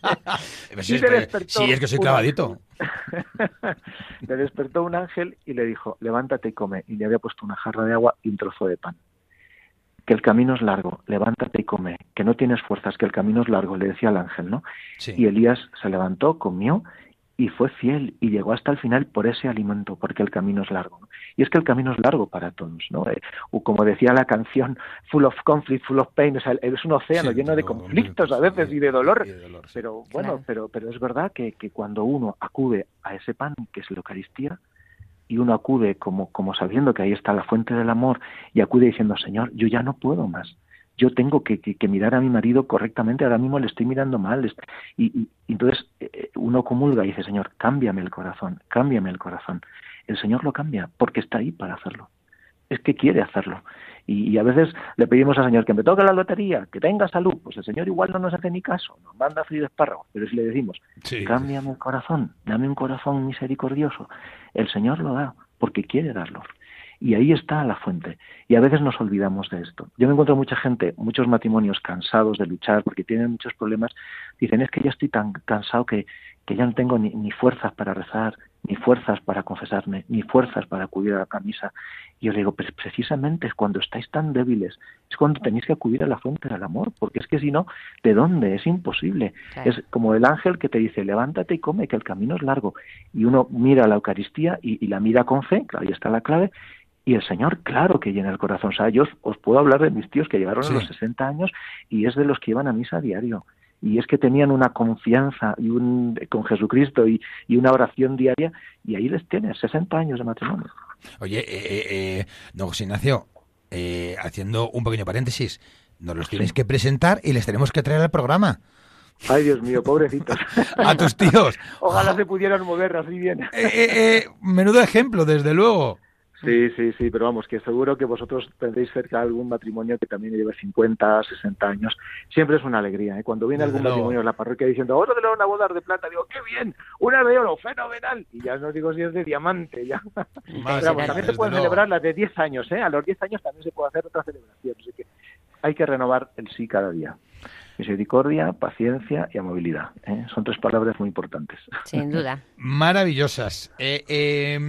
Sí, Y es, le que- despertó sí, es que soy una- clavadito. le despertó un ángel y le dijo, levántate y come, y le había puesto una jarra de agua y un trozo de pan. Que el camino es largo, levántate y come, que no tienes fuerzas, que el camino es largo, le decía el ángel, ¿no? Sí. Y Elías se levantó, comió y fue fiel y llegó hasta el final por ese alimento, porque el camino es largo, ¿no? Y es que el camino es largo para todos, ¿no? Eh, o como decía la canción, full of conflict, full of pain, o sea, es un océano Sí, lleno de pero- conflictos a veces y de dolor, y de dolor, sí. pero bueno, Claro. pero pero es verdad que, que cuando uno acude a ese pan, que es la Eucaristía, y uno acude como, como sabiendo que ahí está la fuente del amor, y acude diciendo, Señor, yo ya no puedo más, yo tengo que, que, que mirar a mi marido correctamente, ahora mismo le estoy mirando mal, est- y, y, y entonces eh, uno comulga y dice, Señor, cámbiame el corazón, cámbiame el corazón. El Señor lo cambia, porque está ahí para hacerlo. Es que quiere hacerlo. Y, y a veces le pedimos al Señor que me toque la lotería, que tenga salud. Pues el Señor igual no nos hace ni caso, nos manda a freír espárragos. Pero si le decimos, Sí. cámbiame el corazón, dame un corazón misericordioso, el Señor lo da, porque quiere darlo. Y ahí está la fuente. Y a veces nos olvidamos de esto. Yo me encuentro mucha gente, muchos matrimonios cansados de luchar porque tienen muchos problemas. Dicen, es que ya estoy tan cansado que, que ya no tengo ni, ni fuerzas para rezar, ni fuerzas para confesarme, ni fuerzas para acudir a la misa. Y yo le digo, pues precisamente es cuando estáis tan débiles, es cuando tenéis que acudir a la fuente del amor, porque es que si no, ¿de dónde? Es imposible. Claro. Es como el ángel que te dice, levántate y come, que el camino es largo. Y uno mira la Eucaristía y, y la mira con fe, claro, ahí está la clave. Y el Señor, claro que llena el corazón. O sea, yo os, os puedo hablar de mis tíos que llegaron sí. a los sesenta años y es de los que iban a misa a diario. Y es que tenían una confianza y un, con Jesucristo y, y una oración diaria, y ahí les tienes, sesenta años de matrimonio. Oye, eh, eh, don José Ignacio, eh, haciendo un pequeño paréntesis, nos los tienes sí. que presentar y les tenemos que traer al programa. Ay, Dios mío, pobrecitos. A tus tíos. Ojalá se pudieran mover así bien. Eh, eh, eh, menudo ejemplo, desde luego. Sí, sí, sí, pero vamos, que seguro que vosotros tendréis cerca algún matrimonio que también lleve cincuenta, sesenta años. Siempre es una alegría, ¿eh? Cuando viene algún no. matrimonio en la parroquia diciendo, ahora te le una boda de plata, digo, ¡qué bien! ¡Una de oro! ¡Fenomenal! Y ya no digo si es de diamante, ya. Más, pero vamos, también se pueden celebrar las de diez años, ¿eh? A los diez años también se puede hacer otra celebración, así que hay que renovar el sí cada día. Misericordia, paciencia y amabilidad. ¿eh? Son tres palabras muy importantes. Sin duda. Maravillosas. Eh, eh,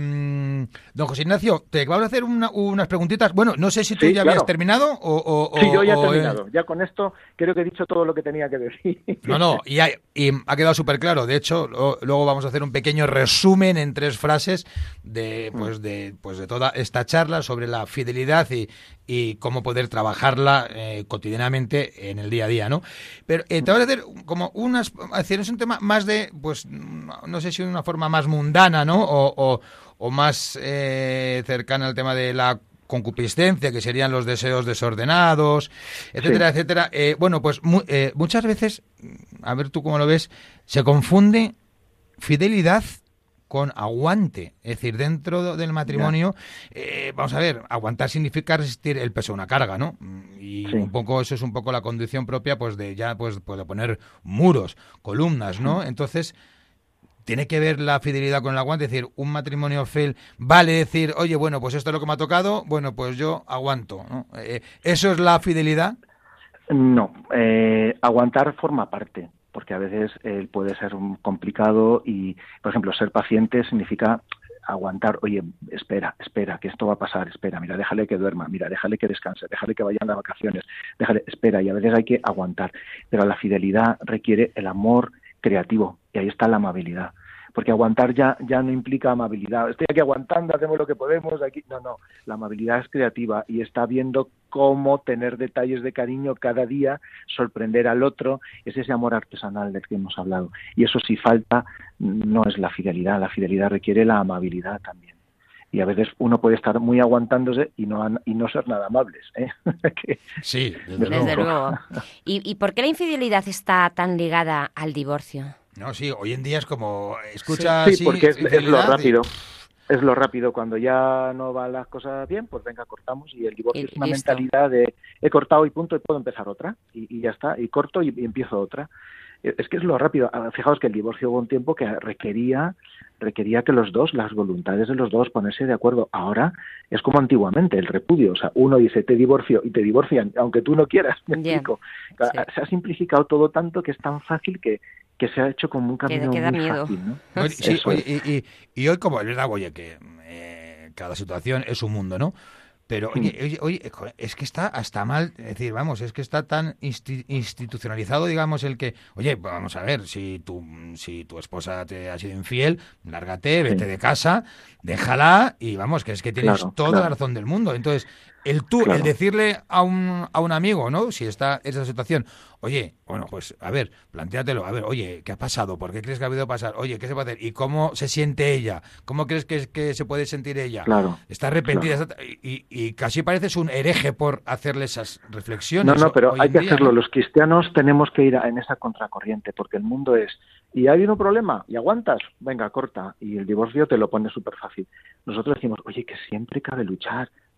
don José Ignacio, te vamos a hacer una, unas preguntitas. Bueno, no sé si tú sí, ya claro. habías terminado o... o sí, yo ya he o, terminado. Eh... Ya con esto creo que he dicho todo lo que tenía que decir. No, no, y ha, y ha quedado súper claro. De hecho, lo, luego vamos a hacer un pequeño resumen en tres frases de, pues, de, pues, de toda esta charla sobre la fidelidad y, y cómo poder trabajarla eh, cotidianamente en el día a día, ¿no? Pero eh, te voy a hacer como unas, decir, es un tema más de, pues, no sé si de una forma más mundana, ¿no? O, o, o más eh, cercana al tema de la concupiscencia, que serían los deseos desordenados, etcétera, sí. etcétera. Eh, bueno, pues mu eh, muchas veces, a ver tú cómo lo ves, se confunde fidelidad con aguante. Es decir, dentro del matrimonio, eh, vamos a ver, aguantar significa resistir el peso de una carga, ¿no? Y sí. un poco eso es un poco la condición propia, pues de ya pues, pues de poner muros, columnas, ¿no? Entonces, tiene que ver la fidelidad con el aguante. Es decir, un matrimonio fiel vale decir, oye, bueno, pues esto es lo que me ha tocado, bueno, pues yo aguanto, ¿no? Eh, ¿Eso es la fidelidad? No, eh, aguantar forma parte. Porque a veces eh, puede ser complicado y, por ejemplo, ser paciente significa aguantar, oye, espera, espera, que esto va a pasar, espera, mira, déjale que duerma, mira, déjale que descanse, déjale que vayan a las vacaciones, déjale, espera, y a veces hay que aguantar. Pero la fidelidad requiere el amor creativo y ahí está la amabilidad. Porque aguantar ya, ya no implica amabilidad. Estoy aquí aguantando, hacemos lo que podemos. Aquí No, no. La amabilidad es creativa y está viendo cómo tener detalles de cariño cada día, sorprender al otro. Es ese amor artesanal del que hemos hablado. Y eso si falta, no es la fidelidad. La fidelidad requiere la amabilidad también. Y a veces uno puede estar muy aguantándose y no y no ser nada amables, ¿eh? que, sí, desde, desde luego. ¿Y, ¿Y por qué la infidelidad está tan ligada al divorcio? No, sí, hoy en día es como, escucha... Sí, sí porque es, es lo rápido. Y... Es lo rápido. Cuando ya no van las cosas bien, pues venga, cortamos. Y el divorcio y, es una listo. mentalidad de he cortado y punto y puedo empezar otra. Y, y ya está. Y corto y, y empiezo otra. Es que es lo rápido. Fijaos que el divorcio hubo un tiempo que requería requería que los dos, las voluntades de los dos, ponerse de acuerdo. Ahora es como antiguamente, el repudio. O sea, uno dice te divorcio y te divorcian, aunque tú no quieras. ¿Me yeah. explico? Sí. Se ha simplificado todo tanto que es tan fácil que que se ha hecho como un camino que da muy miedo. fácil, ¿no? Oye, sí, oye, y, y, y hoy como es verdad, oye, que eh, cada situación es un mundo, ¿no? Pero, oye, oye, oye, es que está hasta mal, es decir, vamos, es que está tan insti institucionalizado, digamos, el que, oye, vamos a ver, si tu, si tu esposa te ha sido infiel, lárgate, vete sí. de casa, déjala y vamos, que es que tienes claro, toda claro. la razón del mundo. Entonces, el tú, claro. el decirle a un, a un amigo, ¿no? Si está en esa situación, oye, bueno, pues, a ver, plantéatelo, a ver, oye, ¿qué ha pasado? ¿Por qué crees que ha habido pasar? Oye, ¿qué se puede hacer? ¿Y cómo se siente ella? ¿Cómo crees que, que se puede sentir ella? Claro. Está arrepentida, claro. está, y, y casi pareces un hereje por hacerle esas reflexiones. No, no, pero hay que día, hacerlo. ¿no? Los cristianos tenemos que ir a, en esa contracorriente, porque el mundo es, y hay un problema, y aguantas, venga, corta, y el divorcio te lo pone súper fácil. Nosotros decimos, oye, que siempre cabe luchar,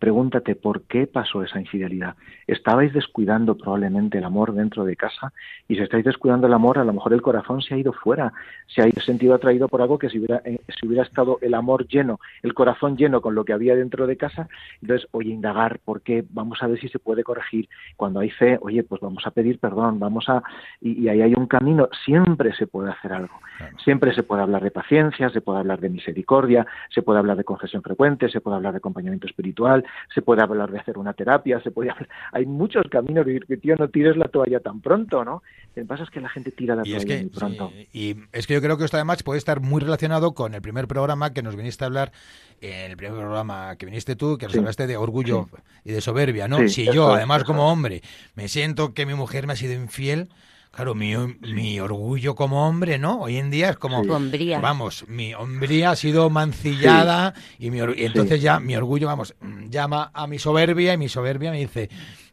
pregúntate por qué pasó esa infidelidad. ¿Estabais descuidando probablemente el amor dentro de casa? Y si estáis descuidando el amor, a lo mejor el corazón se ha ido fuera, se ha sentido atraído por algo que si hubiera, eh, si hubiera estado el amor lleno, el corazón lleno con lo que había dentro de casa, entonces, oye, indagar por qué, vamos a ver si se puede corregir. Cuando hay fe, oye, pues vamos a pedir perdón, vamos a... Y, y ahí hay un camino, siempre se puede hacer algo. Claro. Siempre se puede hablar de paciencia, se puede hablar de misericordia, se puede hablar de confesión frecuente, se puede hablar de acompañamiento espiritual, se puede hablar de hacer una terapia, se puede hablar... Hay muchos caminos de decir que, tío, no tires la toalla tan pronto, ¿no? Lo que pasa es que la gente tira la y toalla es que, muy pronto. Sí, y es que yo creo que esto además puede estar muy relacionado con el primer programa que nos viniste a hablar, en el primer programa que viniste tú, que nos sí. hablaste de orgullo sí. y de soberbia, ¿no? Sí, si eso yo, es, además, eso como es. hombre, me siento que mi mujer me ha sido infiel... Claro, mi, mi orgullo como hombre, ¿no? Hoy en día es como... Sí. Hombría. Vamos, mi hombría ha sido mancillada sí. y, mi, y entonces sí. ya mi orgullo, vamos, llama a mi soberbia y mi soberbia me dice,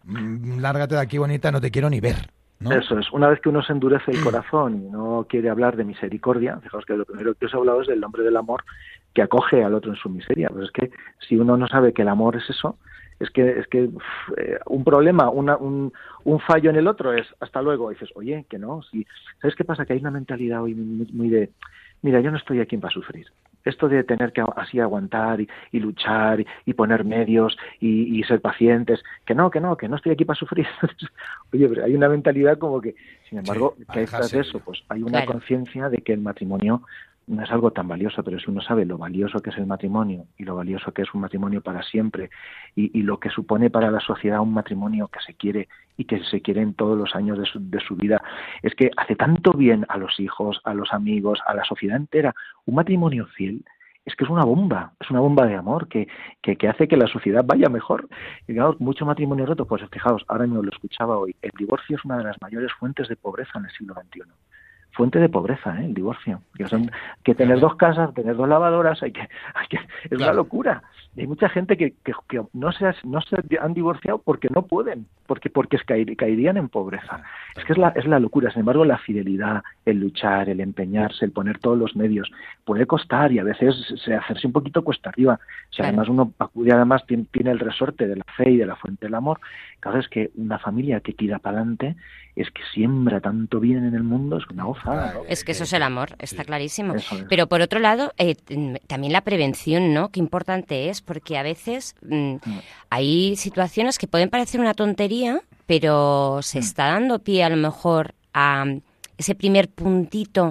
lárgate de aquí, bonita, no te quiero ni ver, ¿no? Eso es. Una vez que uno se endurece el corazón y no quiere hablar de misericordia, fijaos que lo primero que os he hablado es del nombre del amor que acoge al otro en su miseria. Pues es que si uno no sabe que el amor es eso... Es que es que uf, eh, un problema, una, un, un fallo en el otro es hasta luego. Y dices, oye, que no. Si, ¿sabes qué pasa? Que hay una mentalidad hoy muy, muy de, mira, yo no estoy aquí para sufrir. Esto de tener que así aguantar y, y luchar y, y poner medios y, y ser pacientes, que no, que no, que no estoy aquí para sufrir. Oye, pero hay una mentalidad como que, sin embargo, sí, que detrás de eso, pues hay una claro. conciencia de que el matrimonio no es algo tan valioso, pero si uno sabe lo valioso que es el matrimonio y lo valioso que es un matrimonio para siempre y, y lo que supone para la sociedad un matrimonio que se quiere y que se quiere en todos los años de su, de su vida, es que hace tanto bien a los hijos, a los amigos, a la sociedad entera. Un matrimonio fiel es que es una bomba, es una bomba de amor que, que, que hace que la sociedad vaya mejor. Y claro, mucho matrimonio roto, pues fijaos, ahora mismo lo escuchaba hoy, el divorcio es una de las mayores fuentes de pobreza en el siglo veintiuno. Fuente de pobreza, ¿eh? El divorcio. Que son que tener dos casas, tener dos lavadoras, hay que, hay que es claro. una locura. Y hay mucha gente que, que, que no se no se han divorciado porque no pueden, porque porque caer, caerían en pobreza. Es que es la es la locura. Sin embargo, la fidelidad, el luchar, el empeñarse, el poner todos los medios puede costar y a veces se hacerse un poquito cuesta arriba. Si claro. además uno acude, además tiene, tiene el resorte de la fe y de la fuente del amor. Claro, es que una familia que tira para adelante es que siembra tanto bien en el mundo, es una gozada, ¿no? Es que eso es el amor, está clarísimo. Es. Pero por otro lado, eh, también la prevención, ¿no? Qué importante es, porque a veces mmm, mm. hay situaciones que pueden parecer una tontería, pero se mm. está dando pie a lo mejor a ese primer puntito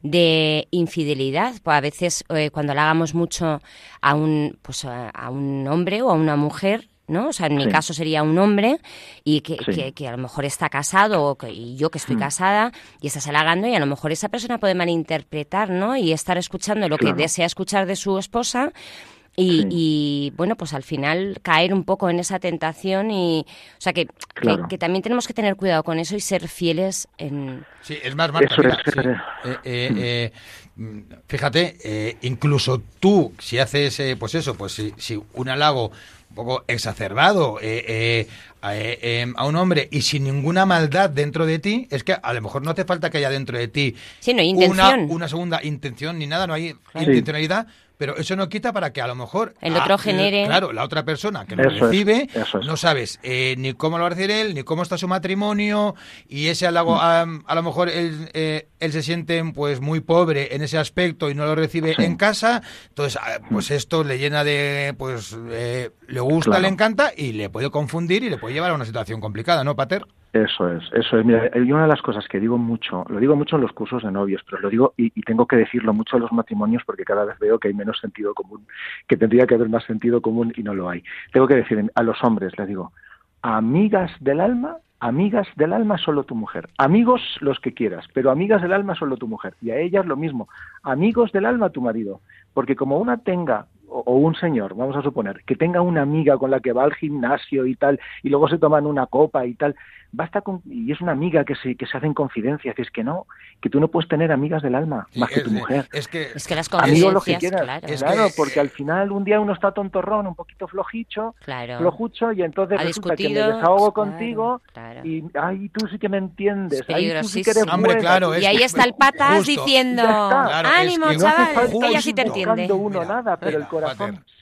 de infidelidad. Pues a veces eh, cuando le hagamos mucho a un, pues a, a un hombre o a una mujer, ¿no? O sea, en mi sí. caso sería un hombre y que, sí. que, que a lo mejor está casado o que, y yo que estoy mm. casada y estás halagando y a lo mejor esa persona puede malinterpretar, ¿no? Y estar escuchando lo claro. que desea escuchar de su esposa y, sí. y, bueno, pues al final caer un poco en esa tentación y, o sea, que, claro. que, que también tenemos que tener cuidado con eso y ser fieles en... Sí, es más, Marta, eso mira, es, sí. eh, eh, eh, fíjate, eh, incluso tú, si haces, eh, pues eso, pues si, si un halago un poco exacerbado eh, eh, eh, eh, a un hombre y sin ninguna maldad dentro de ti, es que a lo mejor no hace falta que haya dentro de ti sí, no hay una, una segunda intención ni nada, no hay claro. intencionalidad, pero eso no quita para que a lo mejor el otro a, genere... Claro, la otra persona que lo eso recibe, es, es. no sabes eh, ni cómo lo va a recibir él, ni cómo está su matrimonio, y ese halago, a, a lo mejor él, eh, él se siente pues muy pobre en ese aspecto y no lo recibe sí. en casa, entonces pues esto le llena de, pues eh, le gusta, claro. le encanta y le puede confundir y le puede llevar a una situación complicada, ¿no, Pater? Eso es, eso es. Mira, y una de las cosas que digo mucho, lo digo mucho en los cursos de novios, pero lo digo y, y tengo que decirlo mucho en los matrimonios porque cada vez veo que hay menos sentido común, que tendría que haber más sentido común y no lo hay. Tengo que decir a los hombres, les digo, amigas del alma, amigas del alma solo tu mujer. Amigos los que quieras, pero amigas del alma solo tu mujer. Y a ellas lo mismo, amigos del alma tu marido. Porque como una tenga... o un señor, vamos a suponer, que tenga una amiga con la que va al gimnasio y tal, y luego se toman una copa y tal, basta con, y es una amiga que se que se hacen confidencias, es que no, que tú no puedes tener amigas del alma, sí, más que tu es, mujer. Es que, es que las confidencias, amigos lo que quieras, claro, es claro que, porque al final un día uno está tontorrón, un poquito flojicho, claro. flojucho, y entonces ha resulta discutido, que me desahogo claro, contigo, claro. y ay, tú sí que me entiendes, es ay, tú sí que eres Hombre, buena. claro, y ahí está el patas justo, diciendo, claro, ánimo, es que chaval, no hace que ella sí te entiende. uno Mira, nada, pero mira, el corazón... Pater.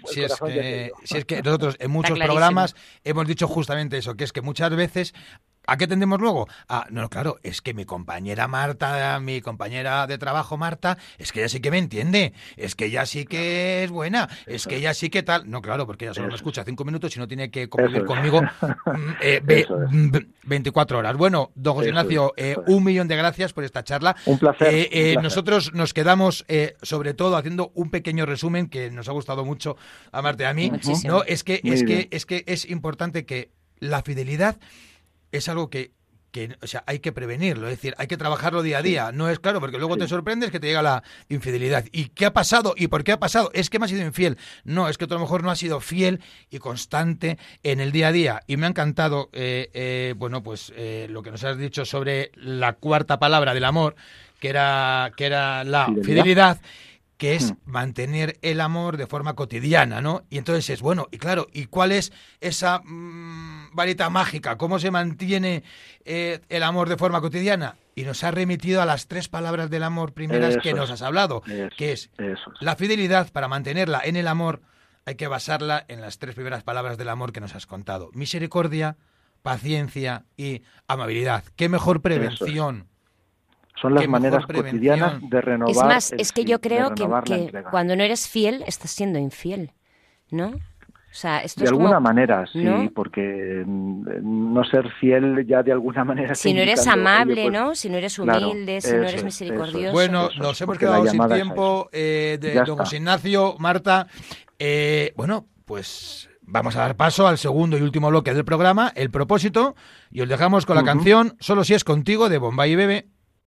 si es, corazón ya que, te digo. si es que nosotros en muchos clarísimo. programas hemos dicho justamente eso, que es que muchas veces... ¿A qué tendemos luego? Ah, no, claro, es que mi compañera Marta, mi compañera de trabajo Marta, es que ella sí que me entiende, es que ella sí que es buena, es Eso que es. ella sí que tal... No, claro, porque ella solo me Eso escucha cinco minutos y no tiene que convivir Eso es. conmigo mm, eh, ve- Eso es. mm, veinticuatro horas. Bueno, don José Eso Ignacio, es, eh, eso es. un millón de gracias por esta charla. Un placer, Eh, un eh, placer. Nosotros nos quedamos, eh, sobre todo, haciendo un pequeño resumen que nos ha gustado mucho a Marta y a mí. Muchísimo. No, es que Muy es que bien. es que es importante que la fidelidad es algo que que, o sea, hay que prevenirlo, es decir, hay que trabajarlo día a día. No es claro, porque luego Sí. te sorprendes que te llega la infidelidad. ¿Y qué ha pasado? ¿Y por qué ha pasado? Es que me ha sido infiel. No, es que tú a lo mejor no has sido fiel y constante en el día a día. Y me ha encantado, eh, eh, bueno, pues eh, lo que nos has dicho sobre la cuarta palabra del amor, que era, que era la Fidelidad. fidelidad, que es Hmm. mantener el amor de forma cotidiana, ¿no? Y entonces es, bueno, y claro, ¿y cuál es esa mmm, varita mágica? ¿Cómo se mantiene eh, el amor de forma cotidiana? Y nos ha remitido a las tres palabras del amor primeras Eso que nos es. has hablado, Eso, que es eso es. la fidelidad. Para mantenerla en el amor hay que basarla en las tres primeras palabras del amor que nos has contado. Misericordia, paciencia y amabilidad. ¿Qué mejor prevención? Son las Qué mejor maneras prevención. cotidianas de renovar. Es más, el es que sí, yo de creo que, renovar la que entrega. cuando no eres fiel, estás siendo infiel, ¿no? O sea, esto De es alguna como, manera, sí, ¿no? porque mm, no ser fiel ya de alguna manera... está Si no eres indicando, oye, amable, pues, ¿no? Si no eres claro, humilde, si no eso eres es, misericordioso. eso es. Bueno, Eso nos es, hemos porque la quedado sin llamada es a tiempo eh, de Ya don está. José Ignacio, Marta. Eh, bueno, pues vamos a dar paso al segundo y último bloque del programa, el propósito, y os dejamos con la Ujú. canción Solo si es contigo de Bombay y Bebe.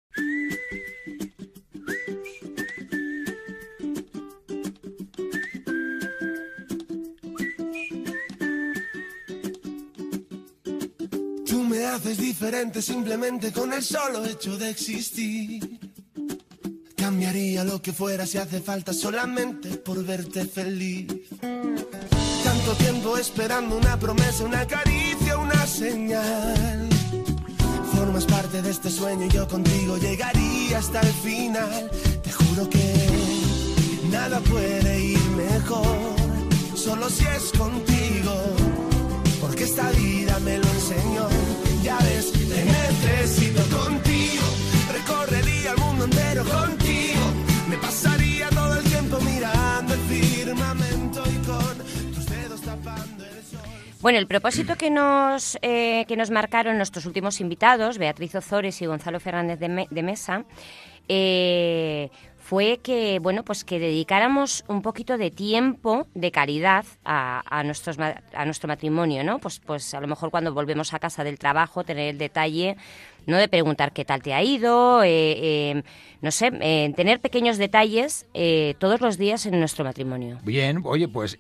Tú me haces diferente simplemente con el solo hecho de existir. Cambiaría lo que fuera si hace falta solamente por verte feliz. Tanto tiempo esperando una promesa, una caricia, una señal. Formas parte de este sueño y yo contigo llegaría hasta el final. Te juro que nada puede ir mejor, solo si es contigo. Porque esta vida me lo enseñó. Ya ves, te necesito contigo. Recorrería el mundo entero contigo. Me pasaría todo el tiempo mirando el firmamento y con tus dedos tapando el sol. Bueno, el propósito que nos, eh, que nos marcaron nuestros últimos invitados, Beatriz Ozores y Gonzalo Fernández de, Me- de Mesa, eh, fue que, bueno, pues que dedicáramos un poquito de tiempo, de calidad a, a, nuestros, ma- a nuestro matrimonio, ¿no? Pues, pues a lo mejor cuando volvemos a casa del trabajo, tener el detalle, ¿no? De preguntar qué tal te ha ido, eh, eh, no sé, eh, tener pequeños detalles eh, todos los días en nuestro matrimonio. Bien, oye, pues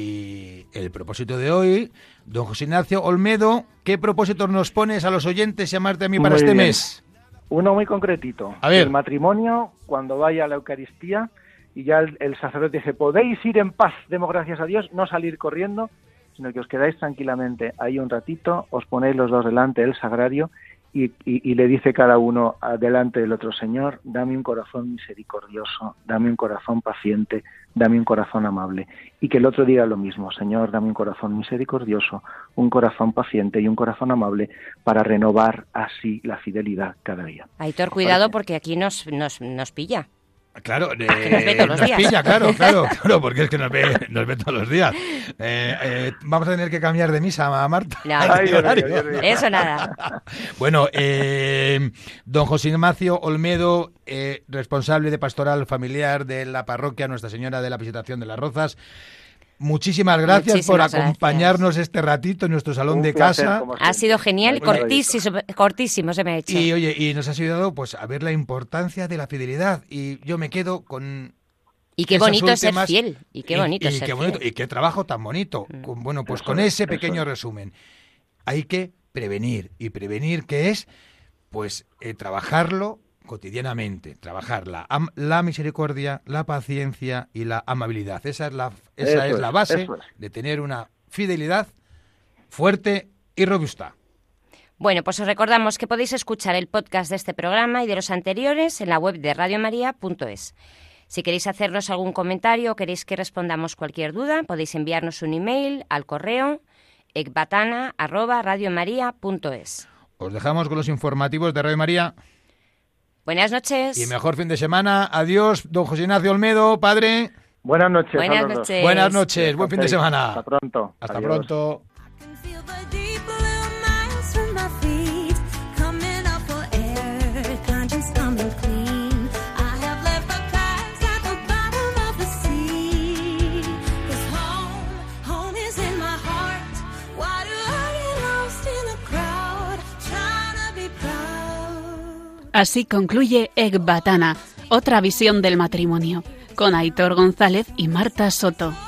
y el propósito de hoy, don José Ignacio Olmedo, ¿qué propósitos nos pones a los oyentes y a Marta y a mí para Muy este bien. mes? Uno muy concretito. A ver. El matrimonio, cuando vaya a la Eucaristía y ya el, el sacerdote dice, podéis ir en paz, demos gracias a Dios, no salir corriendo, sino que os quedáis tranquilamente ahí un ratito, os ponéis los dos delante del sagrario y, y, y le dice cada uno delante del otro, Señor, dame un corazón misericordioso, dame un corazón paciente, dame un corazón amable. Y que el otro diga lo mismo, Señor, dame un corazón misericordioso, un corazón paciente y un corazón amable para renovar así la fidelidad cada día. Aitor, cuidado Parece. porque aquí nos, nos, nos pilla. Claro, eh, que nos ve todos los nos días. pilla, claro, claro, claro, porque es que nos ve, nos ve todos los días. Eh, eh, vamos a tener que cambiar de misa a Marta. No, Ay, Ay, qué Dios mío, horario. Dios mío. Eso nada. Bueno, eh, don José Ignacio Olmedo, eh, responsable de pastoral familiar de la parroquia Nuestra Señora de la Visitación de las Rozas, muchísimas gracias Muchísimas por acompañarnos este ratito en nuestro salón Un de placer, casa. como Ha siempre. sido genial y Muy maravilloso. cortísimo, cortísimo se me ha hecho. Y oye, y nos ha ayudado pues a ver la importancia de la fidelidad. Y yo me quedo con Y qué esas bonito es ser últimas- fiel. Y qué bonito y, es y ser qué bonito, fiel. y qué trabajo tan bonito. Mm. Con- bueno, pues Eso con es, ese eso pequeño es. resumen. Hay que prevenir. Y prevenir, ¿qué es? Pues eh, trabajarlo cotidianamente. Trabajar la, am- la misericordia, la paciencia y la amabilidad. Esa es la, esa Eso es la es, base eso es. de tener una fidelidad fuerte y robusta. Bueno, pues os recordamos que podéis escuchar el podcast de este programa y de los anteriores en la web de radio maría punto es. Si queréis hacernos algún comentario o queréis que respondamos cualquier duda, podéis enviarnos un email al correo ecbatana arroba radiomaria punto es. Os dejamos con los informativos de Radio María. Buenas noches. Y mejor fin de semana. Adiós, don José Ignacio Olmedo, padre. Buenas noches. Buenas a los dos. noches. Buenas noches, buen fin de semana. Hasta pronto. Hasta Adiós. pronto. can feel the deep blue miles from my feet coming up for air, conscience coming clean. I have left the past at the bottom of the sea. 'Cause home, home is in my heart. Why do I get lost in the crowd, trying to be proud? Así concluye Ecbatana, otra visión del matrimonio, con Aitor González y Marta Soto.